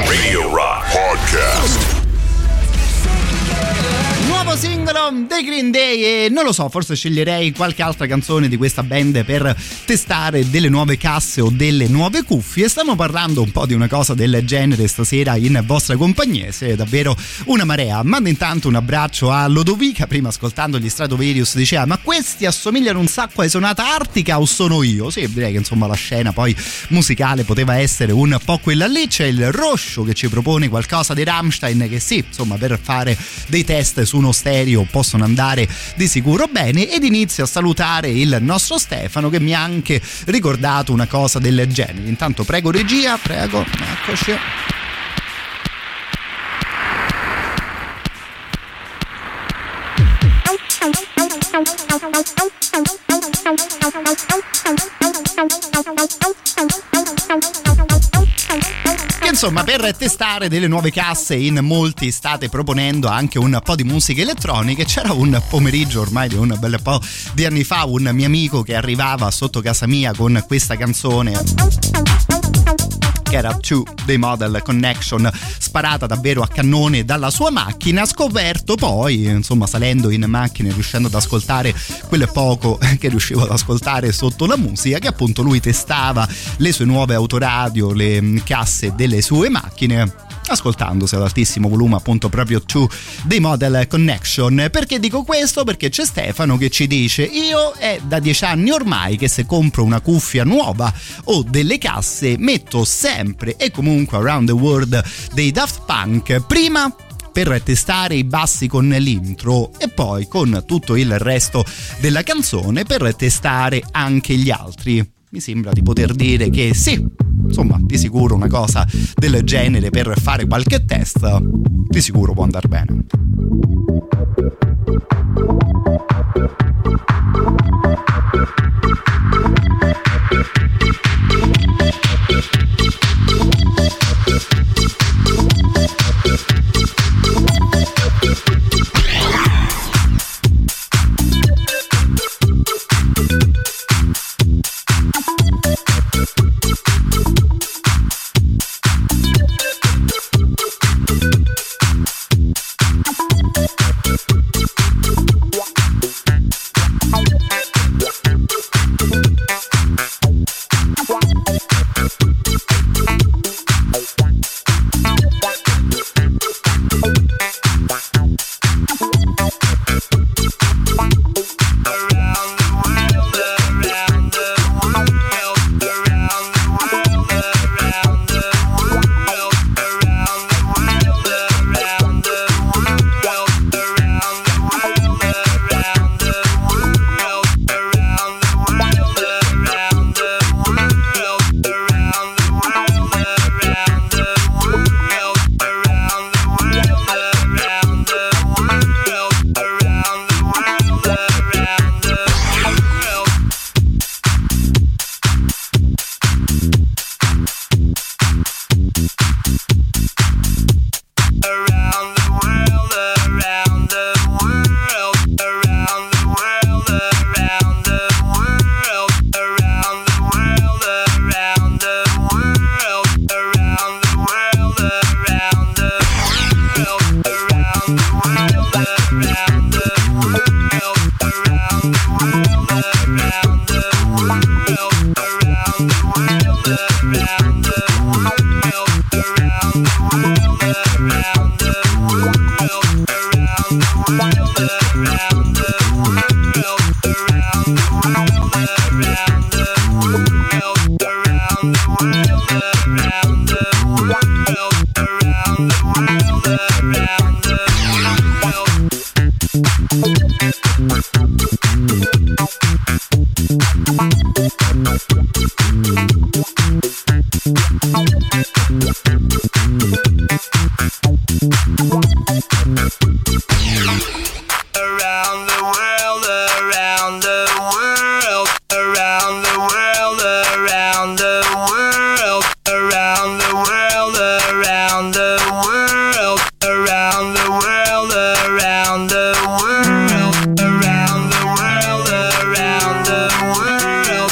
Radio Rock Podcast. Nuovo singolo dei Green Day e non lo so, forse sceglierei qualche altra canzone di questa band per testare delle nuove casse o delle nuove cuffie. Stiamo parlando un po' di una cosa del genere stasera in vostra compagnia, siete davvero una marea. Mando intanto un abbraccio a Lodovica, prima ascoltando gli Stratovarius diceva: ma questi assomigliano un sacco ai Sonata Artica o sono io? Sì, direi che insomma la scena poi musicale poteva essere un po' quella lì. C'è il Roscio che ci propone qualcosa di Rammstein che sì, insomma per fare dei test su uno stereo possono andare di sicuro bene, ed inizio a salutare il nostro Stefano che mi ha anche ricordato una cosa del genere. Intanto prego regia, prego, eccoci. Insomma, per testare delle nuove casse in molti state proponendo anche un po' di musica elettronica. C'era un pomeriggio ormai di un bel po' di anni fa un mio amico che arrivava sotto casa mia con questa canzone che era To The Model Connection, sparata davvero a cannone dalla sua macchina. Scoperto poi, insomma, salendo in macchina e riuscendo ad ascoltare quel poco che riuscivo ad ascoltare sotto la musica, che appunto lui testava le sue nuove autoradio, le casse delle sue macchine, ascoltandosi ad altissimo volume appunto proprio To The Model Connection. Perché dico questo? Perché c'è Stefano che ci dice: io è da dieci anni ormai che se compro una cuffia nuova o delle casse metto sempre e comunque Around the World dei Daft Punk prima per testare i bassi con l'intro e poi con tutto il resto della canzone per testare anche gli altri. Mi sembra di poter dire che sì, insomma, di sicuro una cosa del genere per fare qualche test di sicuro può andare bene.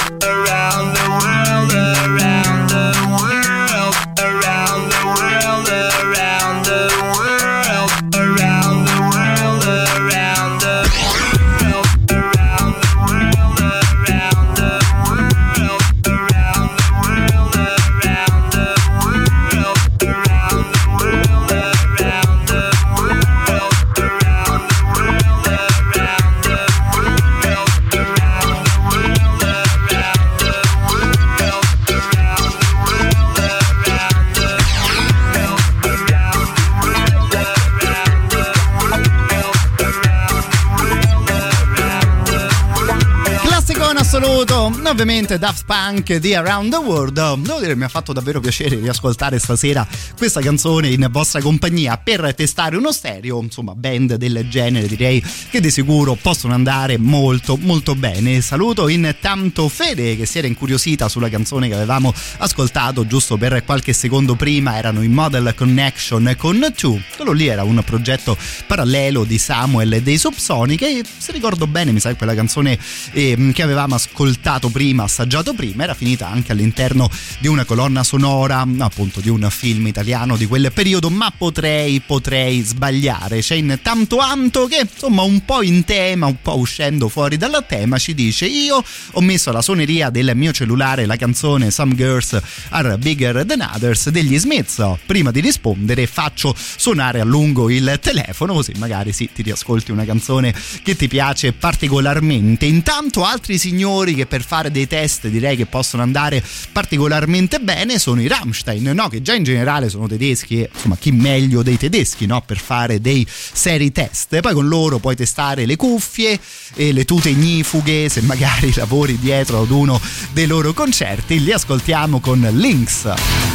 Around the world, saluto, ovviamente Daft Punk di Around the World. Devo dire, mi ha fatto davvero piacere riascoltare stasera questa canzone in vostra compagnia per testare uno stereo. Insomma, band del genere direi che di sicuro possono andare molto molto bene. Saluto intanto Fede, che si era incuriosita sulla canzone che avevamo ascoltato giusto per qualche secondo prima. Erano in Model Connection con Two. Quello lì era un progetto parallelo di Samuel e dei Subsonic, e se ricordo bene mi sa che quella canzone eh, che avevamo ascoltato prima, assaggiato prima, era finita anche all'interno di una colonna sonora appunto di un film italiano di quel periodo, ma potrei potrei sbagliare. C'è intanto Anto che insomma un po' in tema, un po' uscendo fuori dal tema, ci dice: io ho messo alla suoneria del mio cellulare la canzone Some Girls Are Bigger Than Others degli Smiths. Prima di rispondere faccio suonare a lungo il telefono, così magari sì, ti riascolti una canzone che ti piace particolarmente. Intanto altri signori che per fare dei test direi che possono andare particolarmente bene sono i Rammstein, no? Che già in generale sono tedeschi e insomma chi meglio dei tedeschi, no? Per fare dei seri test. E poi con loro puoi testare le cuffie e le tute ignifughe, se magari lavori dietro ad uno dei loro concerti. Li ascoltiamo con Lynx.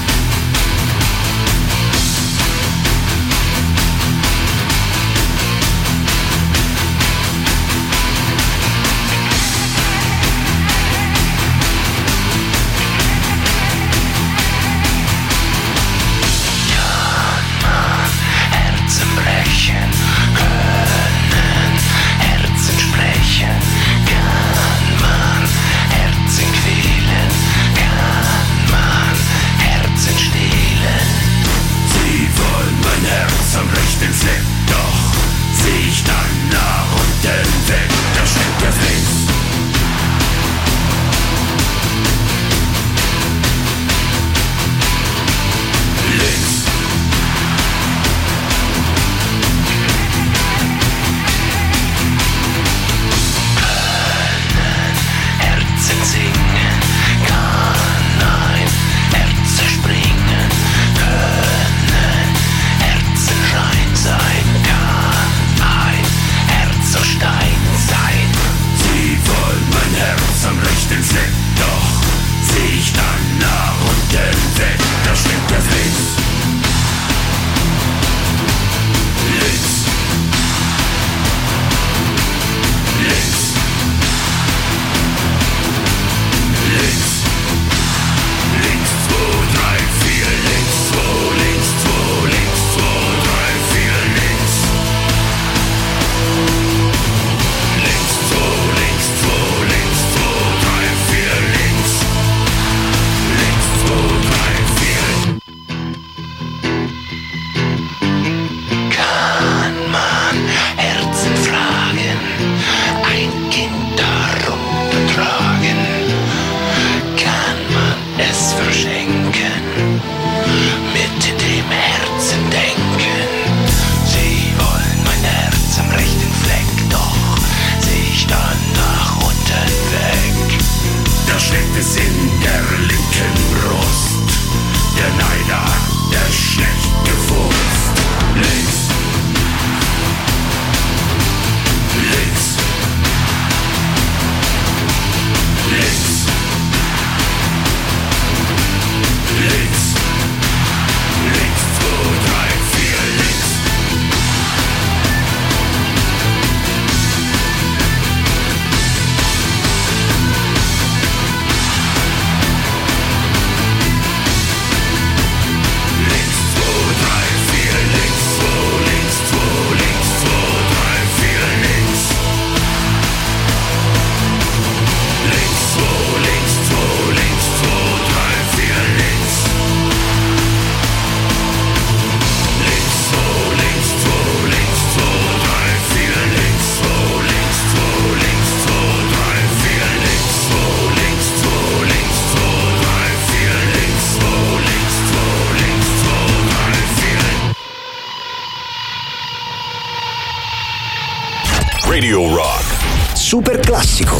Radio Rock. Super classico.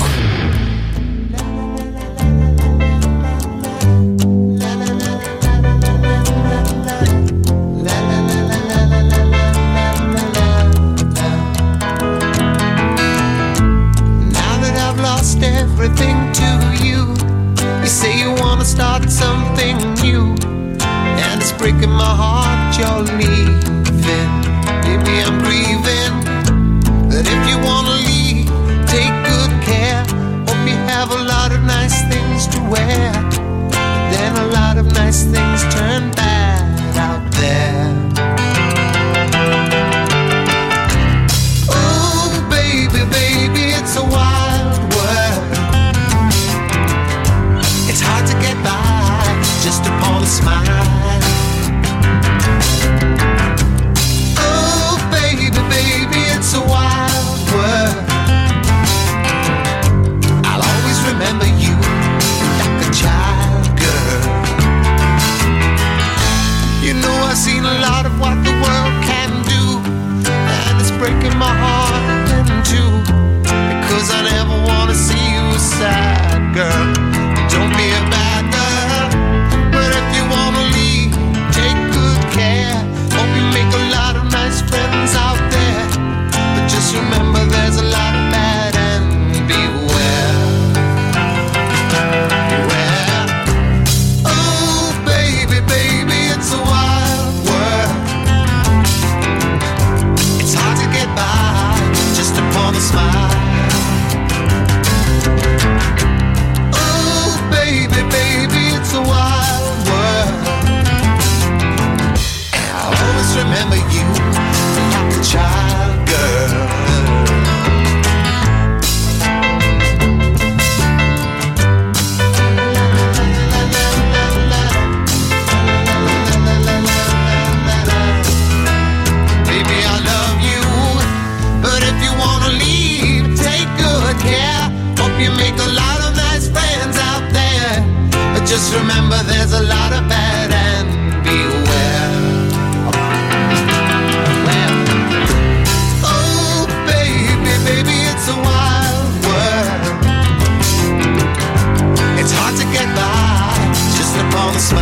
Everything to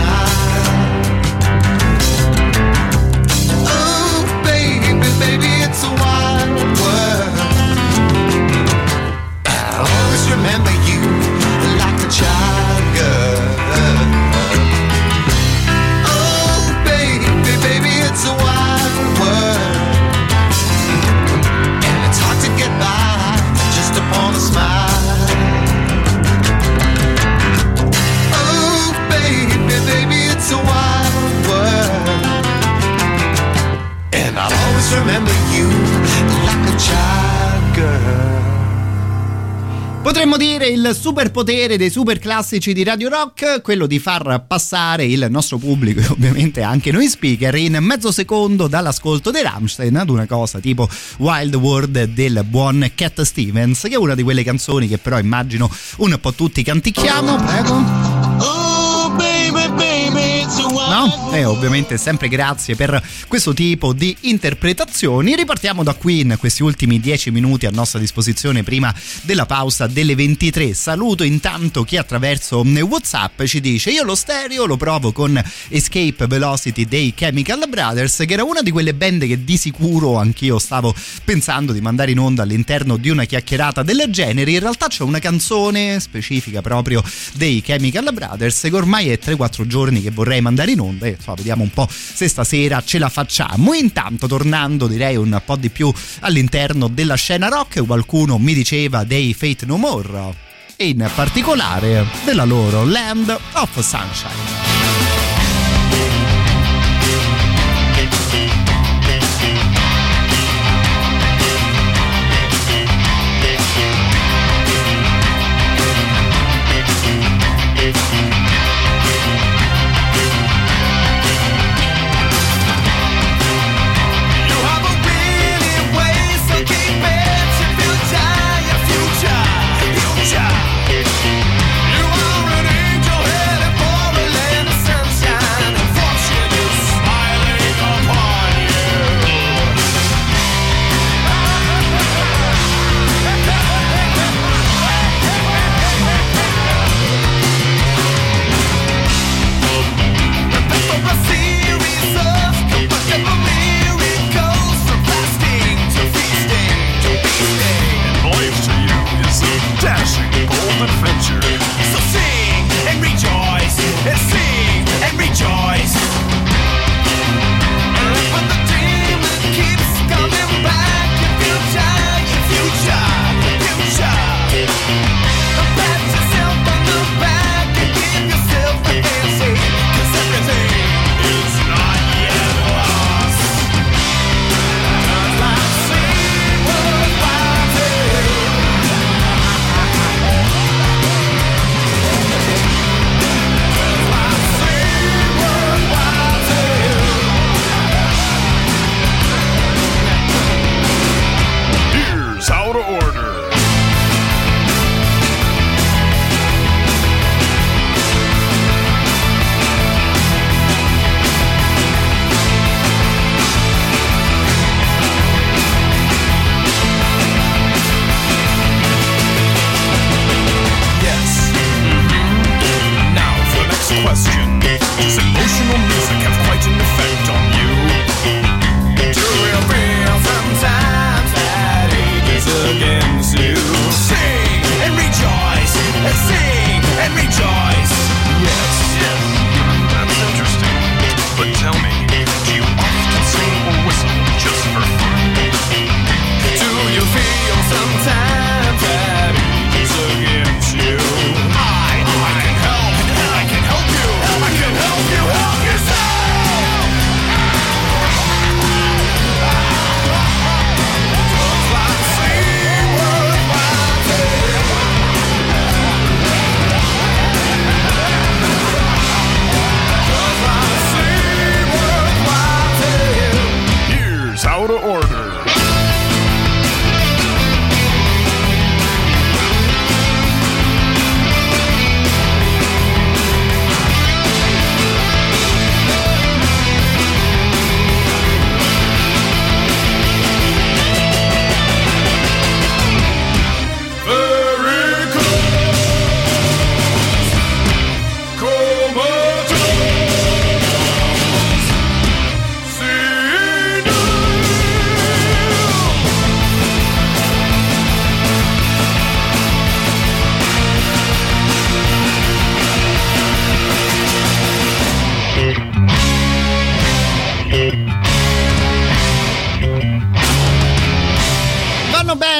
smile. Oh, baby, baby, it's a wild world. I'll always remember you like a child girl. Oh, baby, baby, it's a wild world. And it's hard to get by just upon a smile. Oh, baby, baby, it's a wild world. And I'll always remember you like a child girl. Potremmo dire il superpotere dei super classici di Radio Rock, quello di far passare il nostro pubblico e ovviamente anche noi speaker in mezzo secondo dall'ascolto dei Rammstein ad una cosa tipo Wild World del buon Cat Stevens, che è una di quelle canzoni che però immagino un po' tutti canticchiamo. Prego. Oh baby baby it's a wild No? E ovviamente sempre grazie per questo tipo di interpretazioni. Ripartiamo da qui in questi ultimi dieci minuti a nostra disposizione prima della pausa delle ventitré. Saluto intanto chi attraverso WhatsApp ci dice: io lo stereo lo provo con Escape Velocity dei Chemical Brothers, che era una di quelle band che di sicuro anch'io stavo pensando di mandare in onda all'interno di una chiacchierata del genere. In realtà c'è una canzone specifica proprio dei Chemical Brothers che ormai è tre quattro giorni che vorrei mandare in onda e so, vediamo un po' se stasera ce la facciamo. Intanto, tornando direi un po' di più all'interno della scena rock, qualcuno mi diceva dei Faith No More e in particolare della loro Land of Sunshine. You are an angel headed for a land of sunshine.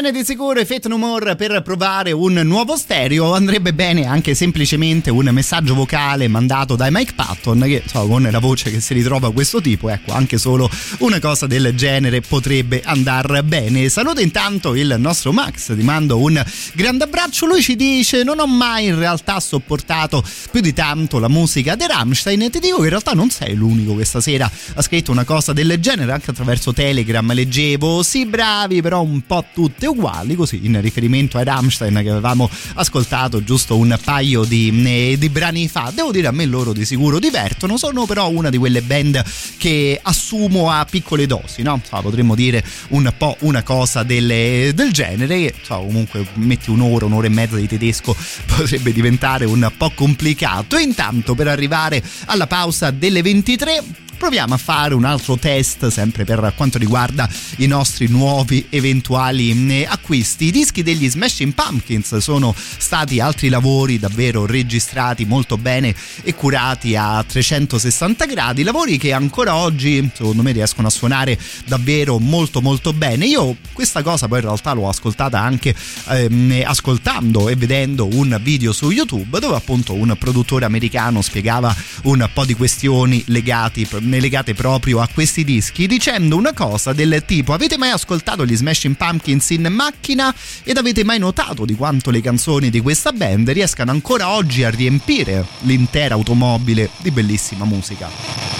bene di sicuro i Faith No More per provare un nuovo stereo. Andrebbe bene anche semplicemente un messaggio vocale mandato da Mike Patton, che so, con la voce che si ritrova a questo tipo, ecco, anche solo una cosa del genere potrebbe andare bene. Saluto intanto il nostro Max, ti mando un grande abbraccio. Lui ci dice: non ho mai in realtà sopportato più di tanto la musica dei Rammstein. Ti dico che in realtà non sei l'unico che stasera ha scritto una cosa del genere, anche attraverso Telegram leggevo: sì, bravi, però un po' tutte uguali, così in riferimento ai Rammstein che avevamo ascoltato giusto un paio di, di brani fa. Devo dire, a me loro di sicuro divertono, sono però una di quelle band che assumo a piccole dosi, no? So, potremmo dire un po' una cosa delle, del genere, che so, comunque metti un'ora, un'ora e mezza di tedesco potrebbe diventare un po' complicato. E intanto, per arrivare alla pausa delle ventitré, proviamo a fare un altro test sempre per quanto riguarda i nostri nuovi eventuali acquisti. I dischi degli Smashing Pumpkins sono stati altri lavori davvero registrati molto bene e curati a trecentosessanta gradi, lavori che ancora oggi secondo me riescono a suonare davvero molto molto bene. Io questa cosa poi in realtà l'ho ascoltata anche ehm, ascoltando e vedendo un video su YouTube dove appunto un produttore americano spiegava un po' di questioni legati legate proprio a questi dischi, dicendo una cosa del tipo: avete mai ascoltato gli Smashing Pumpkins in macchina ed avete mai notato di quanto le canzoni di questa band riescano ancora oggi a riempire l'intera automobile di bellissima musica?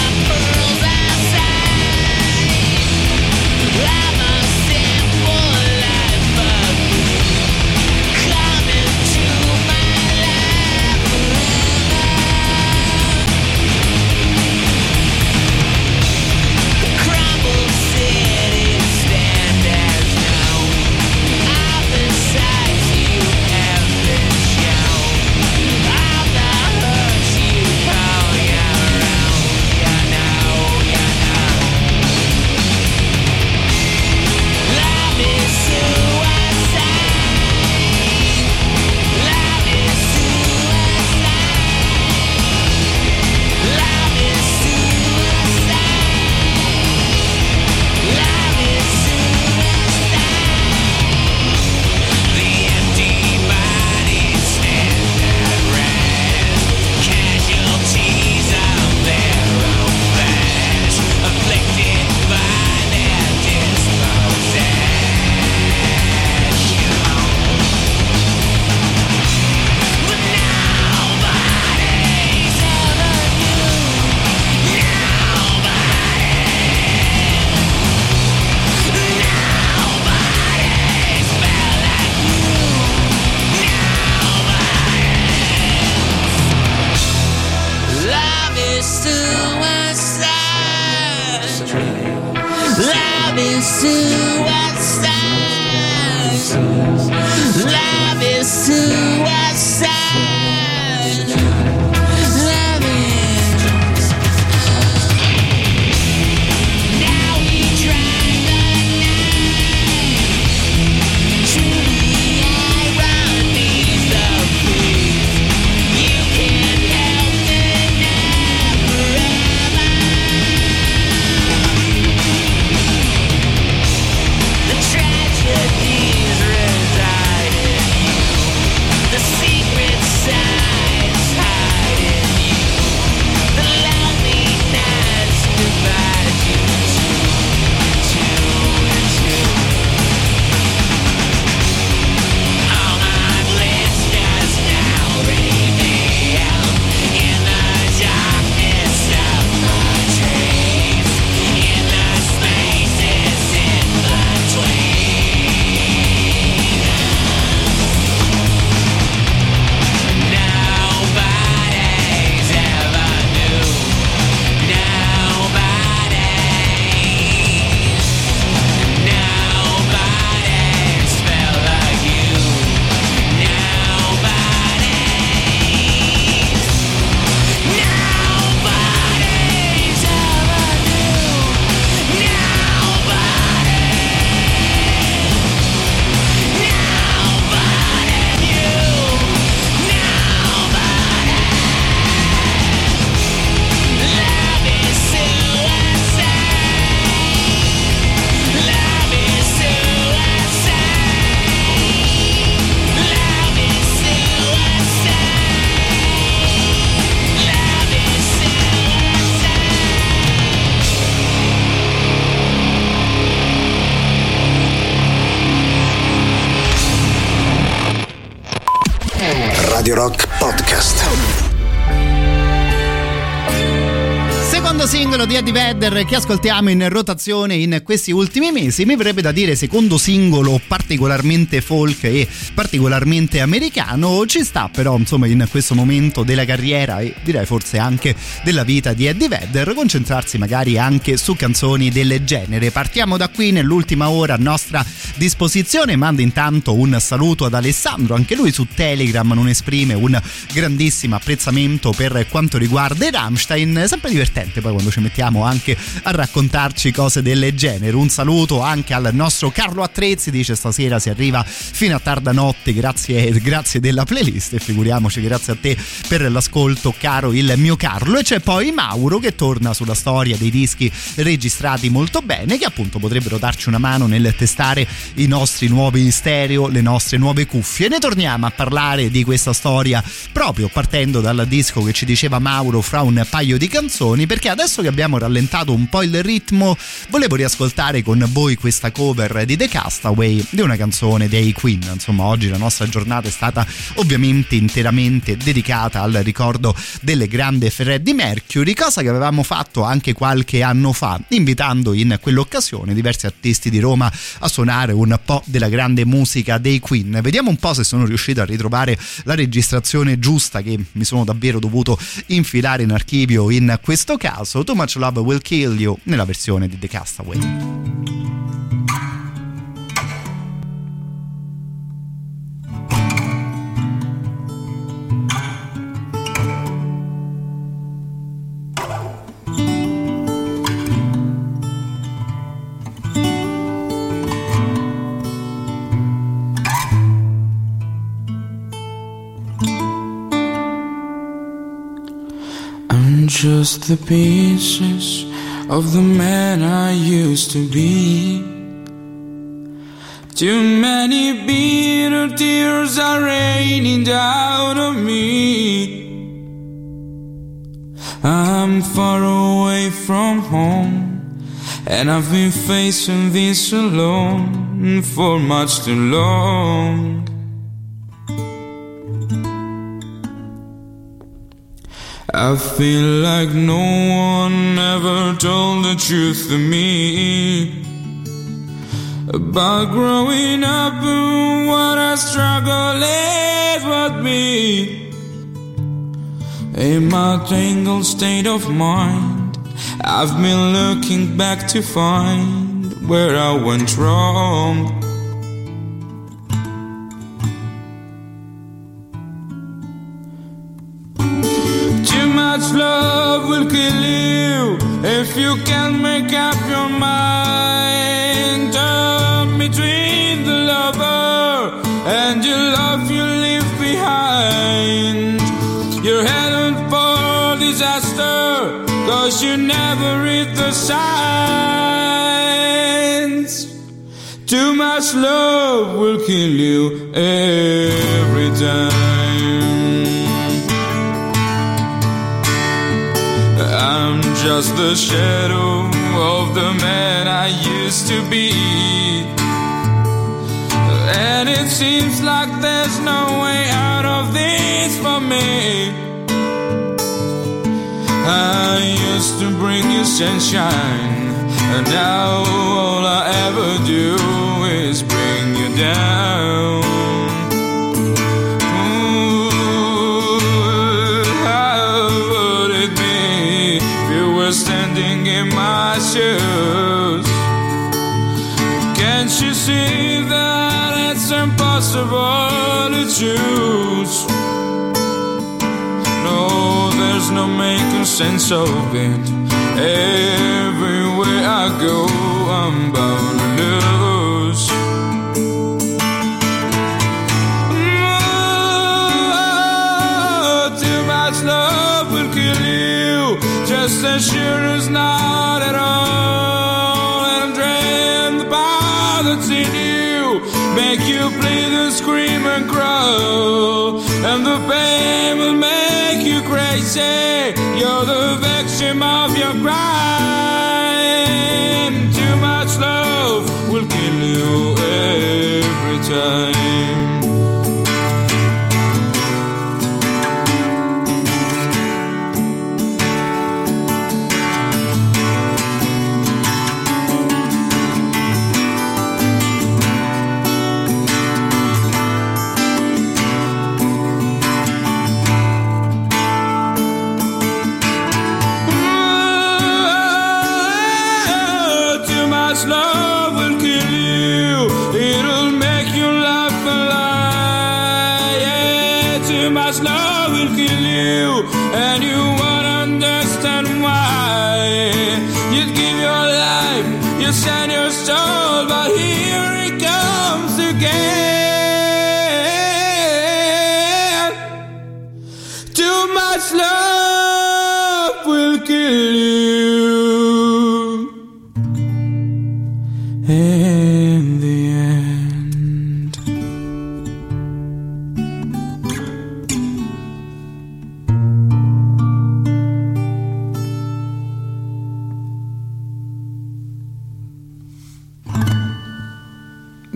I'm a simple Radio Rock Podcast. Secondo singolo di Eddie Vedder che ascoltiamo in rotazione in questi ultimi mesi, mi verrebbe da dire secondo singolo particolarmente folk e particolarmente americano. Ci sta però insomma in questo momento della carriera e direi forse anche della vita di Eddie Vedder concentrarsi magari anche su canzoni del genere. Partiamo da qui nell'ultima ora a nostra disposizione. Mando intanto un saluto ad Alessandro, anche lui su Telegram non esprime un grandissimo apprezzamento per quanto riguarda i Rammstein. Sempre divertente poi quando ci mettiamo anche a raccontarci cose del genere. Un saluto anche al nostro Carlo Attrezzi, dice stasera si arriva fino a tarda notte grazie, grazie della playlist, e figuriamoci grazie a te per l'ascolto caro il mio Carlo. E c'è poi Mauro che torna sulla storia dei dischi registrati molto bene, che appunto potrebbero darci una mano nel testare i nostri nuovi stereo, le nostre nuove cuffie. Ne torniamo a parlare di questa storia proprio partendo dal disco che ci diceva Mauro fra un paio di canzoni, perché adesso che abbiamo rallentato un po' il ritmo volevo riascoltare con voi questa cover di The Castaway di una canzone dei Queen. Insomma, oggi la nostra giornata è stata ovviamente interamente dedicata al ricordo del grande Freddie Mercury, cosa che avevamo fatto anche qualche anno fa, invitando in quell'occasione diversi artisti di Roma a suonare un po' della grande musica dei Queen. Vediamo un po' se sono riuscito a ritrovare la registrazione giusta che mi sono davvero dovuto infilare in archivio in questo caso. Too Much Love Will Kill You nella versione di The Castaway. Just the pieces of the man I used to be. Too many bitter tears are raining down on me. I'm far away from home, and I've been facing this alone for much too long. I feel like no one ever told the truth to me about growing up and what a struggle it would be. In my tangled state of mind, I've been looking back to find where I went wrong. Much love will kill you if you can't make up your mind. Turn between the lover and your love you leave behind. You're headed for disaster, cause you never read the signs. Too much love will kill you every time. I'm just the shadow of the man I used to be, and it seems like there's no way out of this for me. I used to bring you sunshine, and now all I ever do is bring you down. Standing in my shoes, can't you see that it's impossible to choose? No, there's no making sense of it. Everywhere I go, I'm bound to lose. Oh, too much love will kill you, just as sure as not at all. And drain the power that's in you, make you bleed and scream and crawl. And the pain will make you crazy, you're the victim of your crime. Too much love will kill you every time.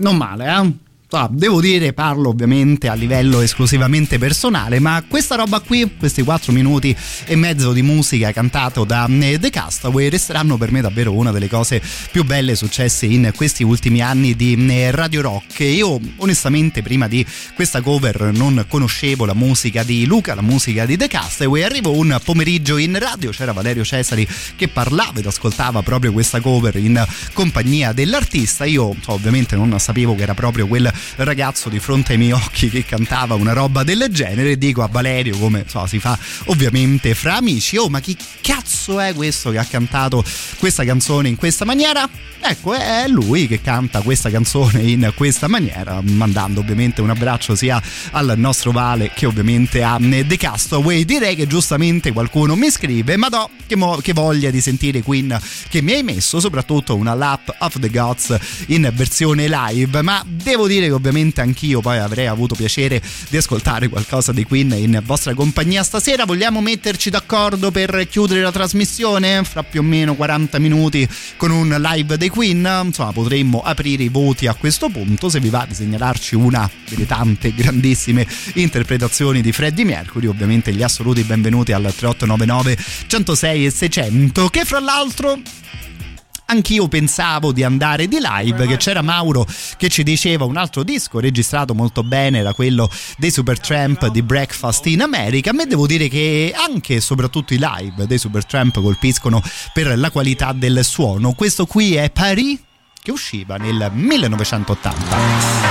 non male, eh? Ah, devo dire, parlo ovviamente a livello esclusivamente personale, ma questa roba qui, questi quattro minuti e mezzo di musica cantato da The Castaway, resteranno per me davvero una delle cose più belle successe in questi ultimi anni di Radio Rock. Io onestamente prima di questa cover non conoscevo la musica di Luca, la musica di The Castaway. Arrivo un pomeriggio in radio, c'era Valerio Cesari che parlava ed ascoltava proprio questa cover in compagnia dell'artista. Io ovviamente non sapevo che era proprio quel ragazzo di fronte ai miei occhi che cantava una roba del genere, dico a Valerio, come so, si fa ovviamente fra amici: oh, ma chi cazzo è questo che ha cantato questa canzone in questa maniera? Ecco, è lui che canta questa canzone in questa maniera, mandando ovviamente un abbraccio sia al nostro Vale che ovviamente a The Castaway. Direi che giustamente qualcuno mi scrive: ma no, che, mo- che voglia di sentire Queen che mi hai messo, soprattutto una Lap of the Gods in versione live. Ma devo dire che ovviamente anch'io poi avrei avuto piacere di ascoltare qualcosa di Queen in vostra compagnia stasera. Vogliamo metterci d'accordo per chiudere la trasmissione fra più o meno quaranta minuti con un live dei Queen? Insomma, potremmo aprire i voti a questo punto, se vi va di segnalarci una delle tante grandissime interpretazioni di Freddie Mercury. Ovviamente gli assoluti benvenuti al tre otto nove nove centosei e seicento, che fra l'altro anch'io pensavo di andare di live, che c'era Mauro che ci diceva un altro disco registrato molto bene era quello dei Supertramp di Breakfast in America. A me devo dire che anche e soprattutto i live dei Supertramp colpiscono per la qualità del suono. Questo qui è Paris, che usciva nel millenovecentottanta.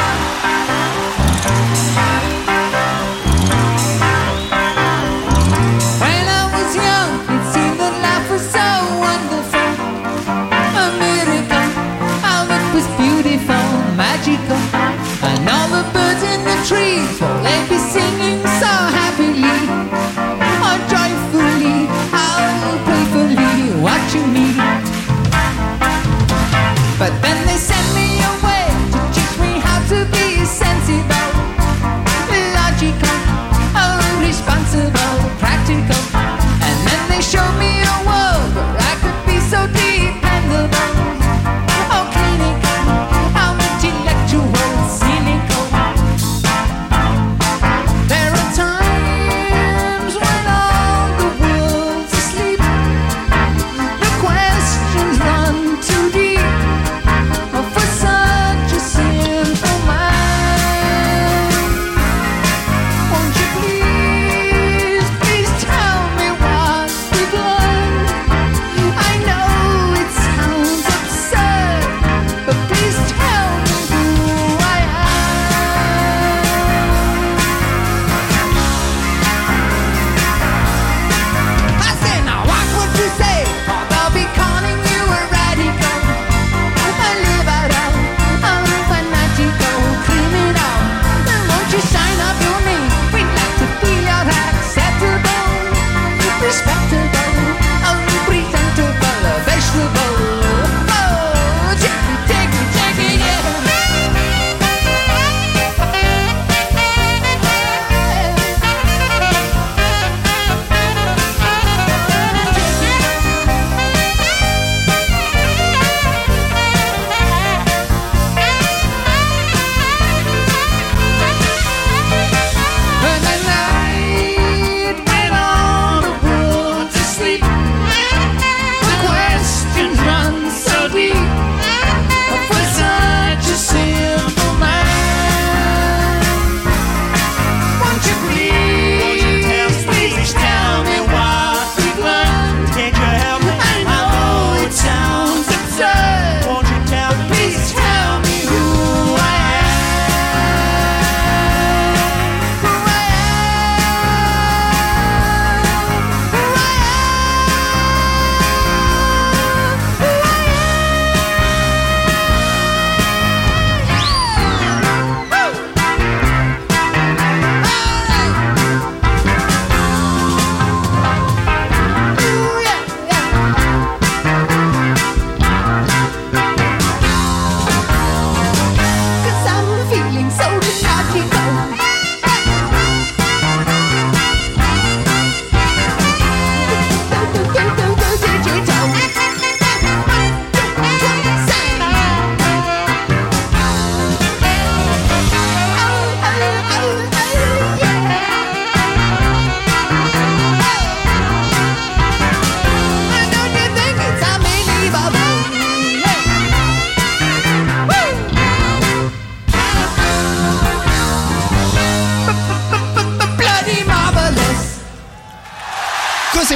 Magical, and all the birds in the trees, well, they be singing so happily, or joyfully, how playfully watching me. But then they send me away to teach me how to be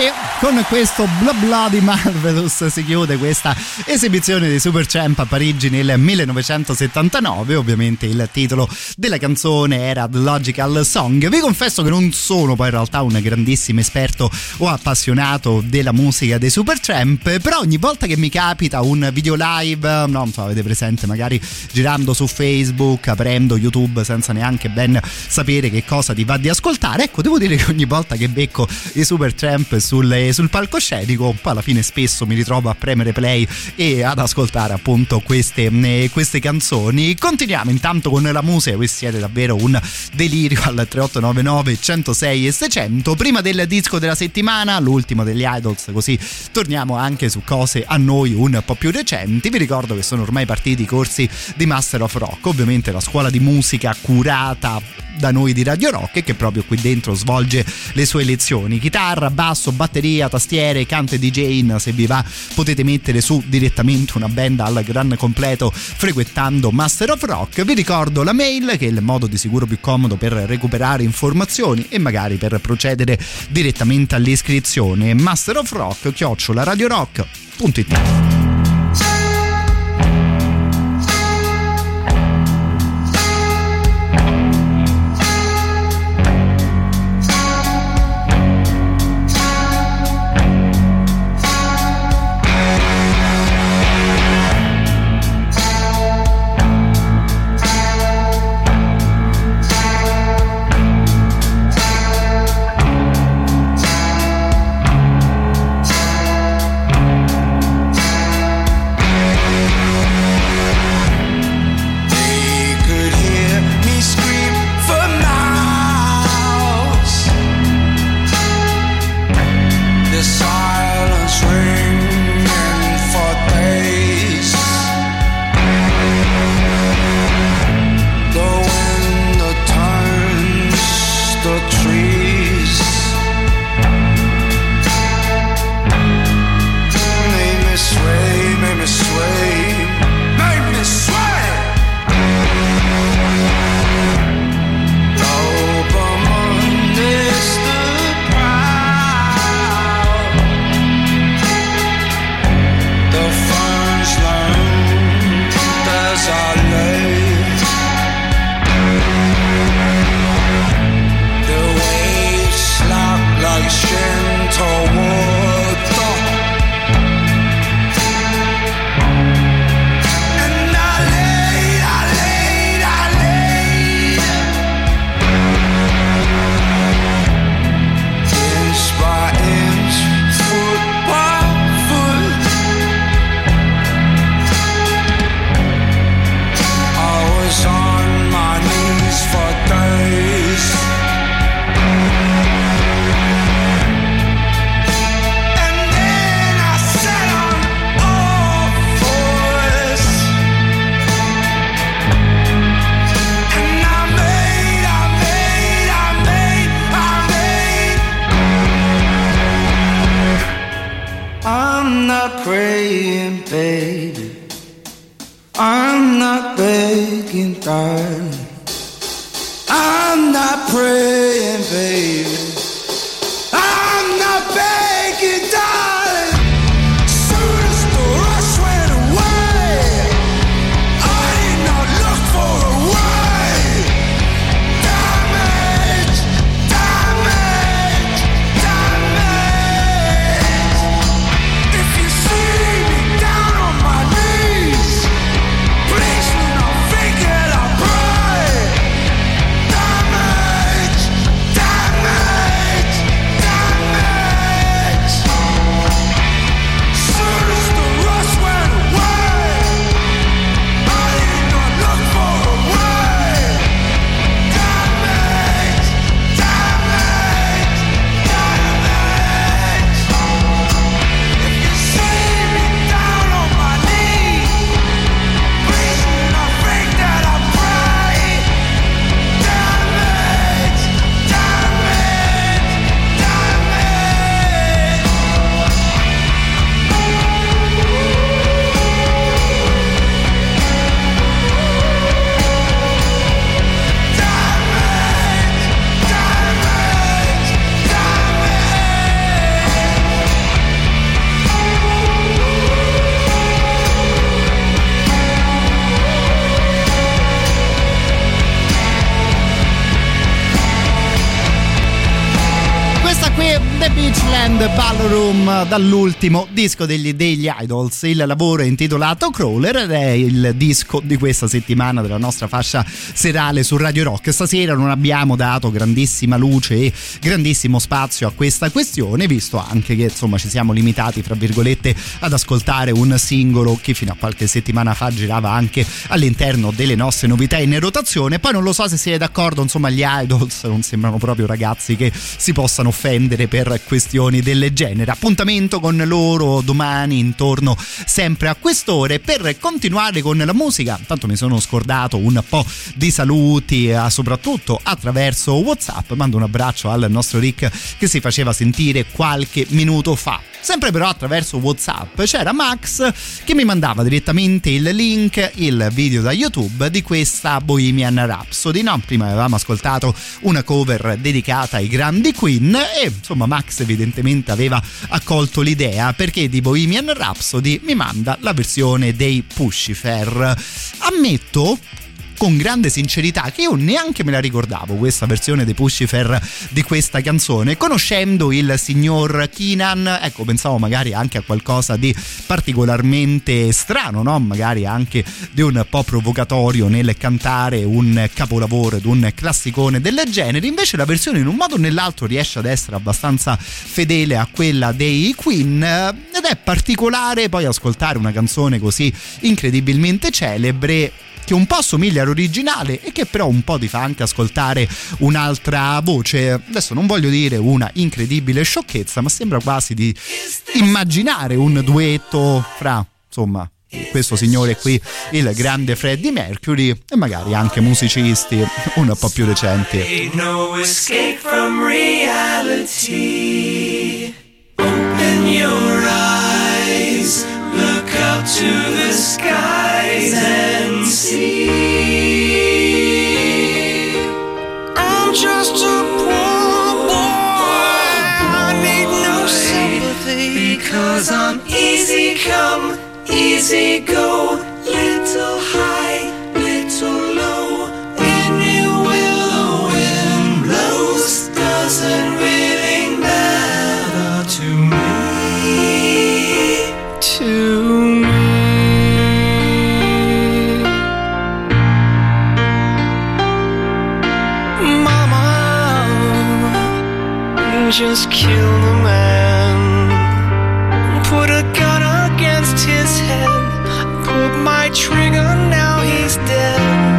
con questo Blah Blah di Marvelous si chiude questa esibizione di Supertramp a Parigi nel millenovecentosettantanove. Ovviamente il titolo della canzone era The Logical Song. Vi confesso che non sono poi in realtà un grandissimo esperto o appassionato della musica dei Supertramp, però ogni volta che mi capita un video live, no, non so, avete presente, magari girando su Facebook, aprendo YouTube senza neanche ben sapere che cosa ti va di ascoltare, ecco, devo dire che ogni volta che becco i Supertramp sul, sul palcoscenico, poi alla fine spesso mi ritrovo a premere play e ad ascoltare appunto queste, queste canzoni. Continuiamo intanto con la musica, voi siete davvero un delirio al tre otto nove nove centosei e seicento. Prima del disco della settimana, l'ultimo degli Idols, così torniamo anche su cose a noi un po' più recenti. Vi ricordo che sono ormai partiti i corsi di Master of Rock, ovviamente la scuola di musica curata da noi di Radio Rock e che proprio qui dentro svolge le sue lezioni: chitarra, basso, batteria, tastiere, canto e DJing. Se vi va potete mettere su direttamente una band al gran completo frequentando Master of Rock. Vi ricordo la mail, che è il modo di sicuro più comodo per recuperare informazioni e magari per procedere direttamente all'iscrizione: masterofrock chiocciola radiorock punto it. Damage, damage, damage. The Beachland Ballroom, dall'ultimo disco degli, degli Idols. Il lavoro è intitolato Crawler ed è il disco di questa settimana della nostra fascia serale su Radio Rock. Stasera non abbiamo dato grandissima luce e grandissimo spazio a questa questione, visto anche che insomma ci siamo limitati fra virgolette ad ascoltare un singolo che fino a qualche settimana fa girava anche all'interno delle nostre novità in rotazione. Poi non lo so se siete d'accordo, insomma gli Idols non sembrano proprio ragazzi che si possano offendere per questioni del genere. Appuntamento con loro domani intorno sempre a quest'ore per continuare con la musica. Tanto mi sono scordato un po' di saluti, eh, soprattutto attraverso WhatsApp. Mando un abbraccio al nostro Rick che si faceva sentire qualche minuto fa. Sempre però attraverso WhatsApp c'era Max che mi mandava direttamente il link, il video da YouTube di questa Bohemian Rhapsody. No, prima avevamo ascoltato una cover dedicata ai grandi Queen e insomma Max evidentemente aveva accolto l'idea, perché di Bohemian Rhapsody mi manda la versione dei Puscifer. Ammetto con grande sincerità che io neanche me la ricordavo questa versione dei Puscifer di questa canzone. Conoscendo il signor Keenan, ecco, pensavo magari anche a qualcosa di particolarmente strano, no? Magari anche di un po' provocatorio nel cantare un capolavoro ed un classicone del genere. Invece la versione in un modo o nell'altro riesce ad essere abbastanza fedele a quella dei Queen ed è particolare poi ascoltare una canzone così incredibilmente celebre che un po' somiglia all'originale e che però un po' ti fa anche ascoltare un'altra voce. Adesso non voglio dire una incredibile sciocchezza, ma sembra quasi di immaginare un duetto fra, insomma, questo signore qui, il grande Freddie Mercury, e magari anche musicisti un po' più recenti. No escape from reality. Open your eyes, look up to the skies and see. I'm just a poor boy, I need no sympathy, because I'm easy come, easy go, little high, little low, anywhere the wind blows doesn't really matter to me, to me. Just kill the man, put a gun against his head, pulled my trigger, now he's dead.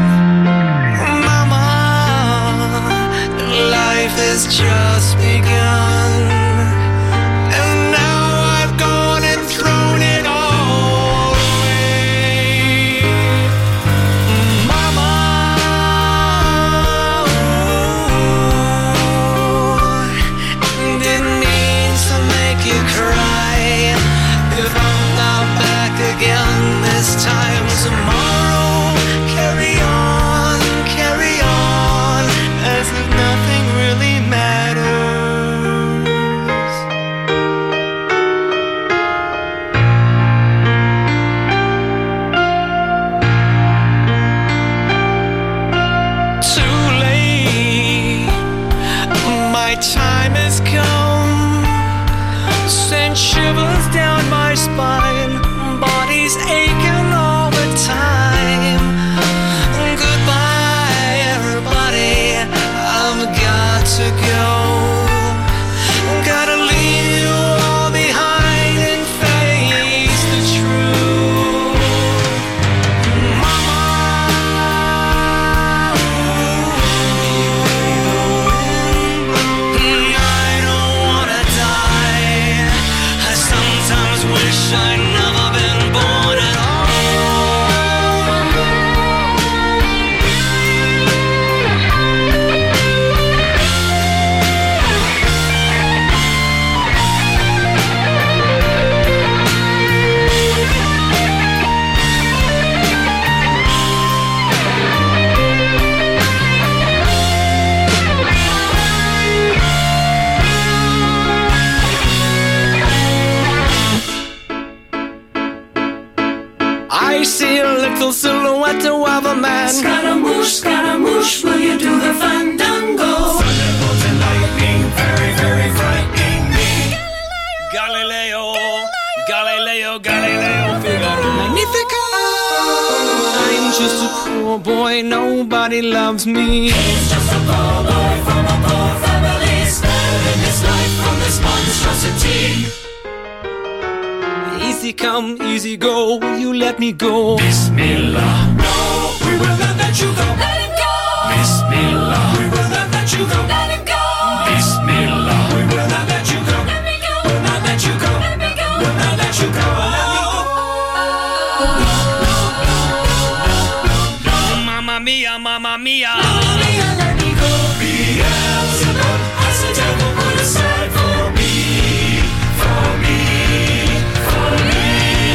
Mama, life has just begun, and now I've gone and thrown it all away. Mama, you cry if I'm not back again this time tomorrow. Carry on, carry on, as if nothing really matters. Too late, my time has come. Send shivers down my spine, body's aching all the time. Goodbye everybody, I've got to go. Gotta leave you all behind and face the truth. Mama, I don't wanna die. I sometimes wish I'd never been born at nobody loves me. He's just a poor boy from a poor family, sparing his life from this monstrosity. Easy come, easy go, you let me go. Bismillah, no, we will not let you go. Let him go. Bismillah, we will not let you go. Let him go. Bismillah, we will not let you go. Let me go. We'll not let you go. Let me go. We'll not let you go. Mamma mia, mamma mia. Mamma mia, let me go. Beelzebub has the devil put aside for me, for me, for me.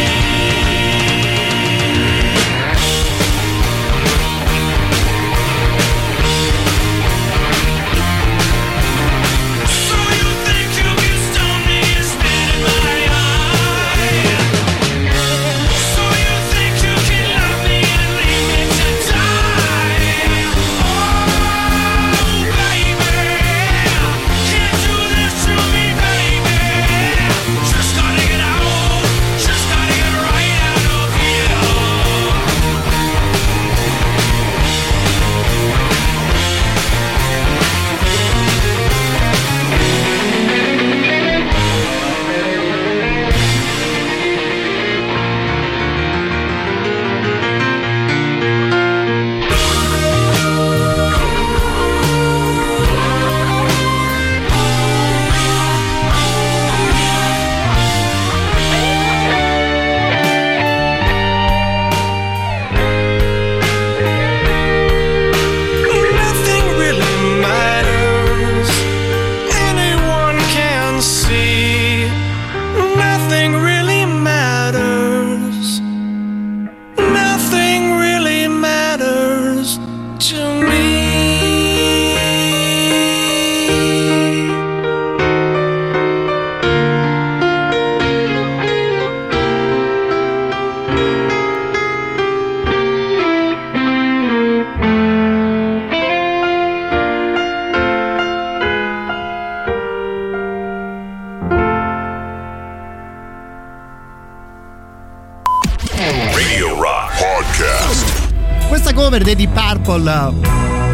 cover dei Deep Purple.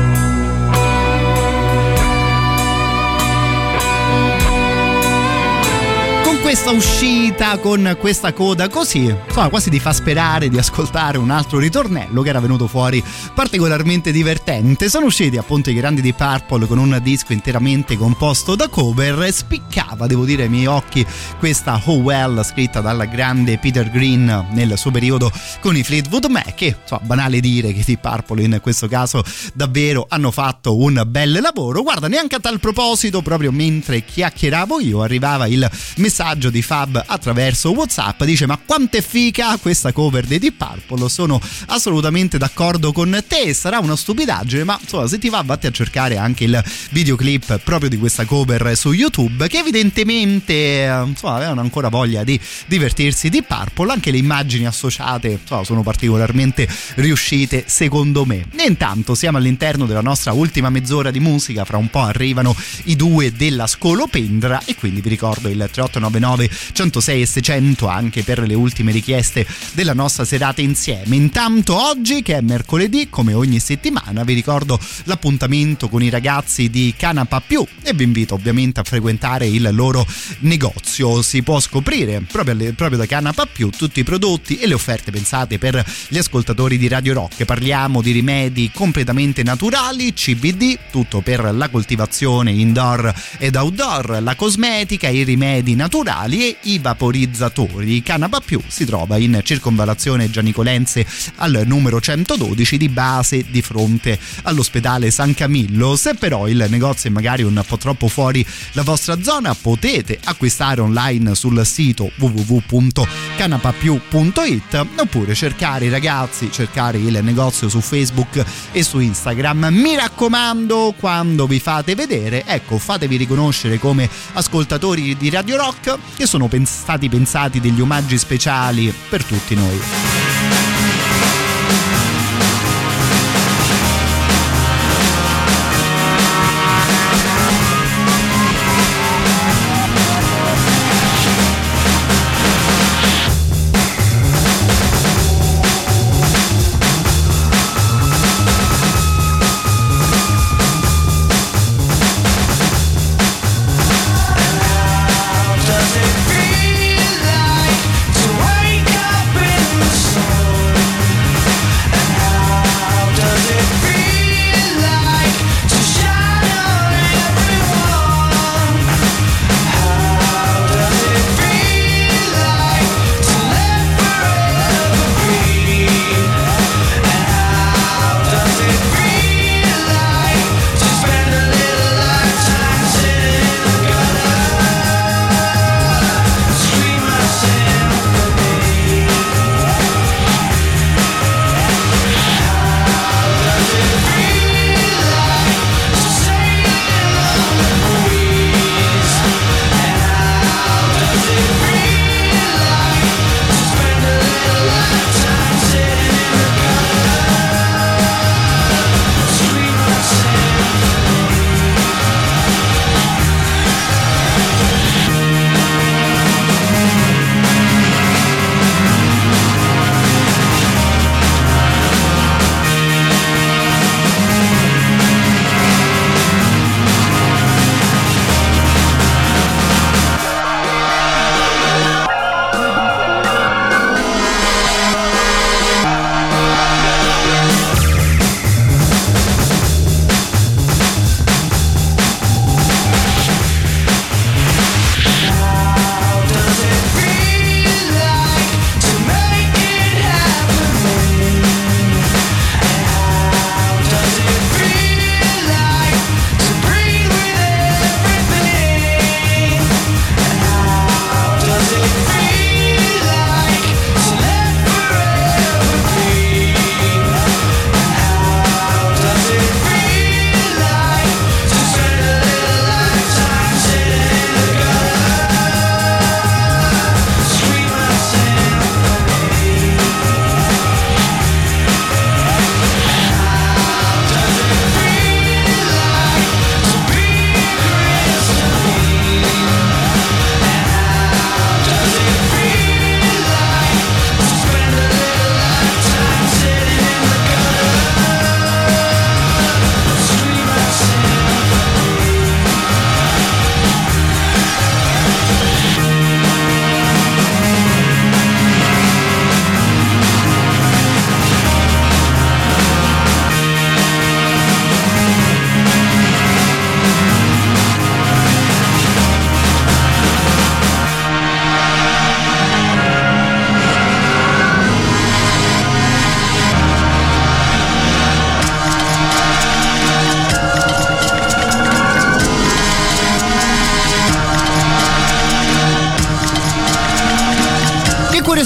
Questa uscita con questa coda così, insomma, quasi ti fa sperare di ascoltare un altro ritornello che era venuto fuori particolarmente divertente. Sono usciti appunto i grandi Deep Purple con un disco interamente composto da cover. Spiccava, devo dire ai miei occhi, questa Oh Well scritta dal grande Peter Green nel suo periodo con i Fleetwood Mac, che insomma, banale dire che i Deep Purple in questo caso davvero hanno fatto un bel lavoro. Guarda, neanche a tal proposito, proprio mentre chiacchieravo io arrivava il messaggio di Fab attraverso WhatsApp, dice: ma quanto è figa questa cover dei Deep Purple, sono assolutamente d'accordo con te, sarà una stupidaggine, ma insomma se ti va vatti a cercare anche il videoclip proprio di questa cover su YouTube, che evidentemente insomma avevano ancora voglia di divertirsi. Deep Purple, anche le immagini associate insomma, sono particolarmente riuscite secondo me. E intanto siamo all'interno della nostra ultima mezz'ora di musica, fra un po' arrivano i due della Scolopendra e quindi vi ricordo il tre otto nove nove centosei e seicento anche per le ultime richieste della nostra serata insieme. Intanto oggi, che è mercoledì, come ogni settimana vi ricordo l'appuntamento con i ragazzi di Canapa Più e vi invito ovviamente a frequentare il loro negozio. Si può scoprire proprio, alle, proprio da Canapa Più tutti i prodotti e le offerte pensate per gli ascoltatori di Radio Rock. Parliamo di rimedi completamente naturali, C B D, tutto per la coltivazione indoor ed outdoor, la cosmetica, i rimedi naturali e i vaporizzatori. Canapa Più si trova in circonvallazione Gianicolense al numero centododici, di base di fronte all'ospedale San Camillo. Se però il negozio è magari un po' troppo fuori la vostra zona, potete acquistare online sul sito w w w punto canapapiù punto it oppure cercare i ragazzi, cercare il negozio su Facebook e su Instagram. Mi raccomando, quando vi fate vedere, ecco, fatevi riconoscere come ascoltatori di Radio Rock, che sono stati pensati degli omaggi speciali per tutti noi.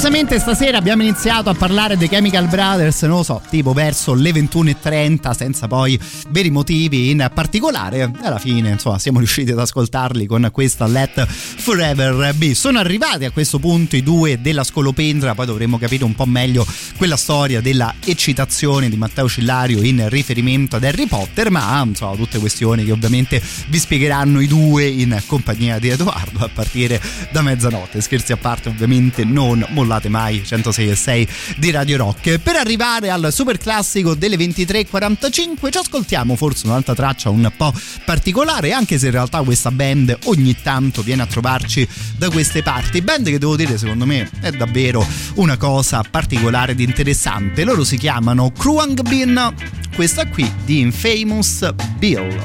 Improvvisamente stasera abbiamo iniziato a parlare dei Chemical Brothers, non lo so, tipo verso le ventuno e trenta, senza poi veri motivi in particolare. Alla fine, insomma, siamo riusciti ad ascoltarli con questa Let Forever Be. Sono arrivati a questo punto i due della Scolopendra, poi dovremmo capire un po' meglio quella storia della eccitazione di Matteo Cillario in riferimento ad Harry Potter, ma insomma tutte questioni che ovviamente vi spiegheranno i due in compagnia di Edoardo a partire da mezzanotte. Scherzi a parte, ovviamente non mollate mai centosei e sei di Radio Rock. Per arrivare al super classico delle ventitré e quarantacinque ci ascoltiamo forse un'altra traccia un po' particolare, anche se in realtà questa band ogni tanto viene a trovarci da queste parti, band che devo dire secondo me è davvero una cosa particolare ed interessante. Loro si chiamano Khruangbin, questa qui di Infamous Bill.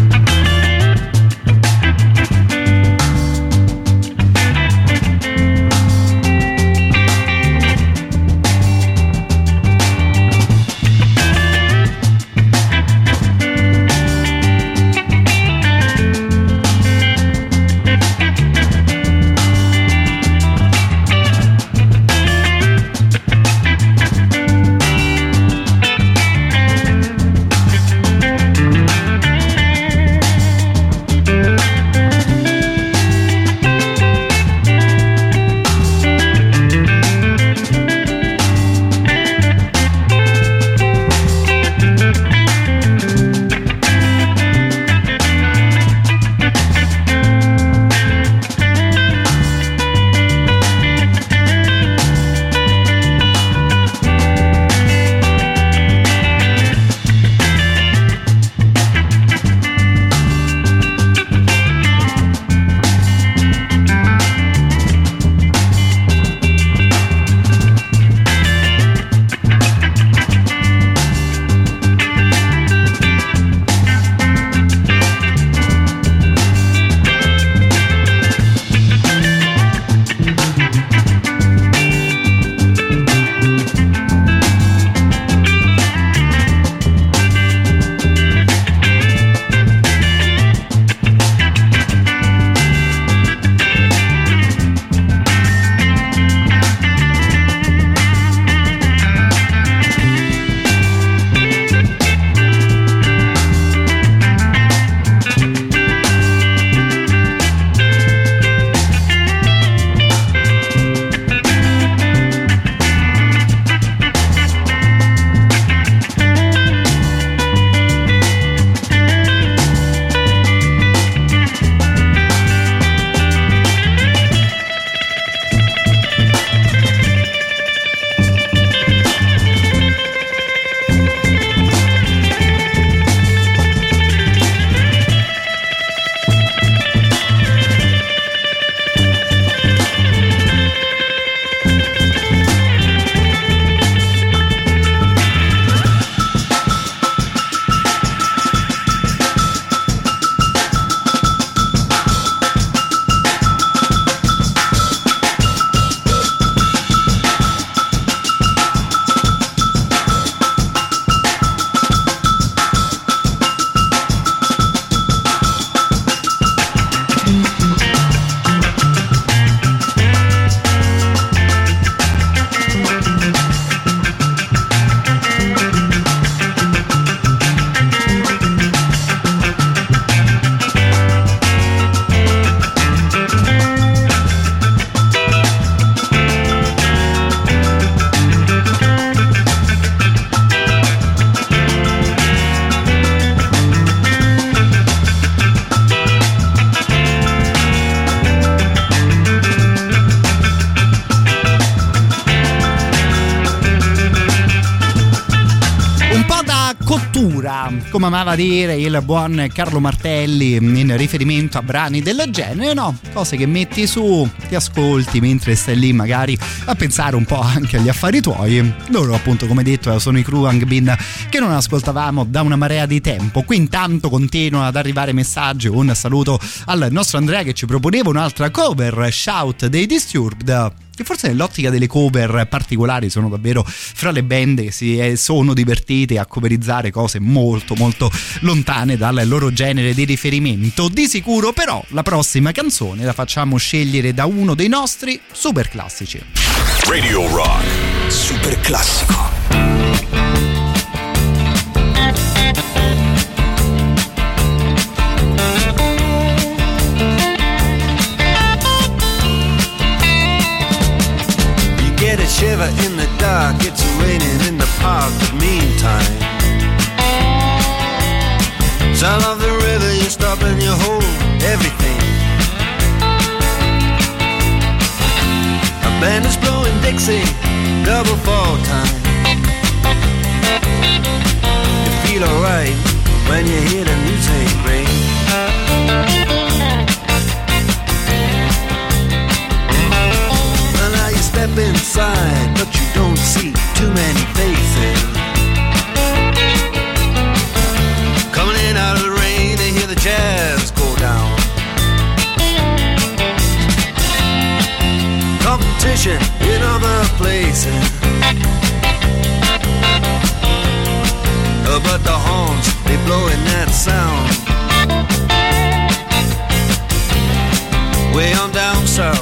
come amava dire il buon Carlo Martelli in riferimento a brani del genere, no? Cose che metti su, ti ascolti mentre stai lì magari a pensare un po' anche agli affari tuoi. Loro appunto, come detto, sono i Khruangbin che non ascoltavamo da una marea di tempo. Qui intanto continuano ad arrivare messaggi. Un saluto al nostro Andrea che ci proponeva un'altra cover, Shout dei Disturbed. che forse nell'ottica delle cover particolari sono davvero fra le band che si eh, sono divertite a coverizzare cose molto molto lontane dal loro genere di riferimento. Di sicuro però la prossima canzone la facciamo scegliere da uno dei nostri super classici. Radio Rock Super classico. Get a shiver in the dark, it's raining in the park, but meantime sound of the river, you stop and you hold everything. A band is blowing Dixie, double fall time. You feel alright when you hear the music ring. Step inside, but you don't see too many faces. Coming in out of the rain, they hear the jazz go down. Competition in other places, uh, but the horns, they blowing that sound. Way on down south,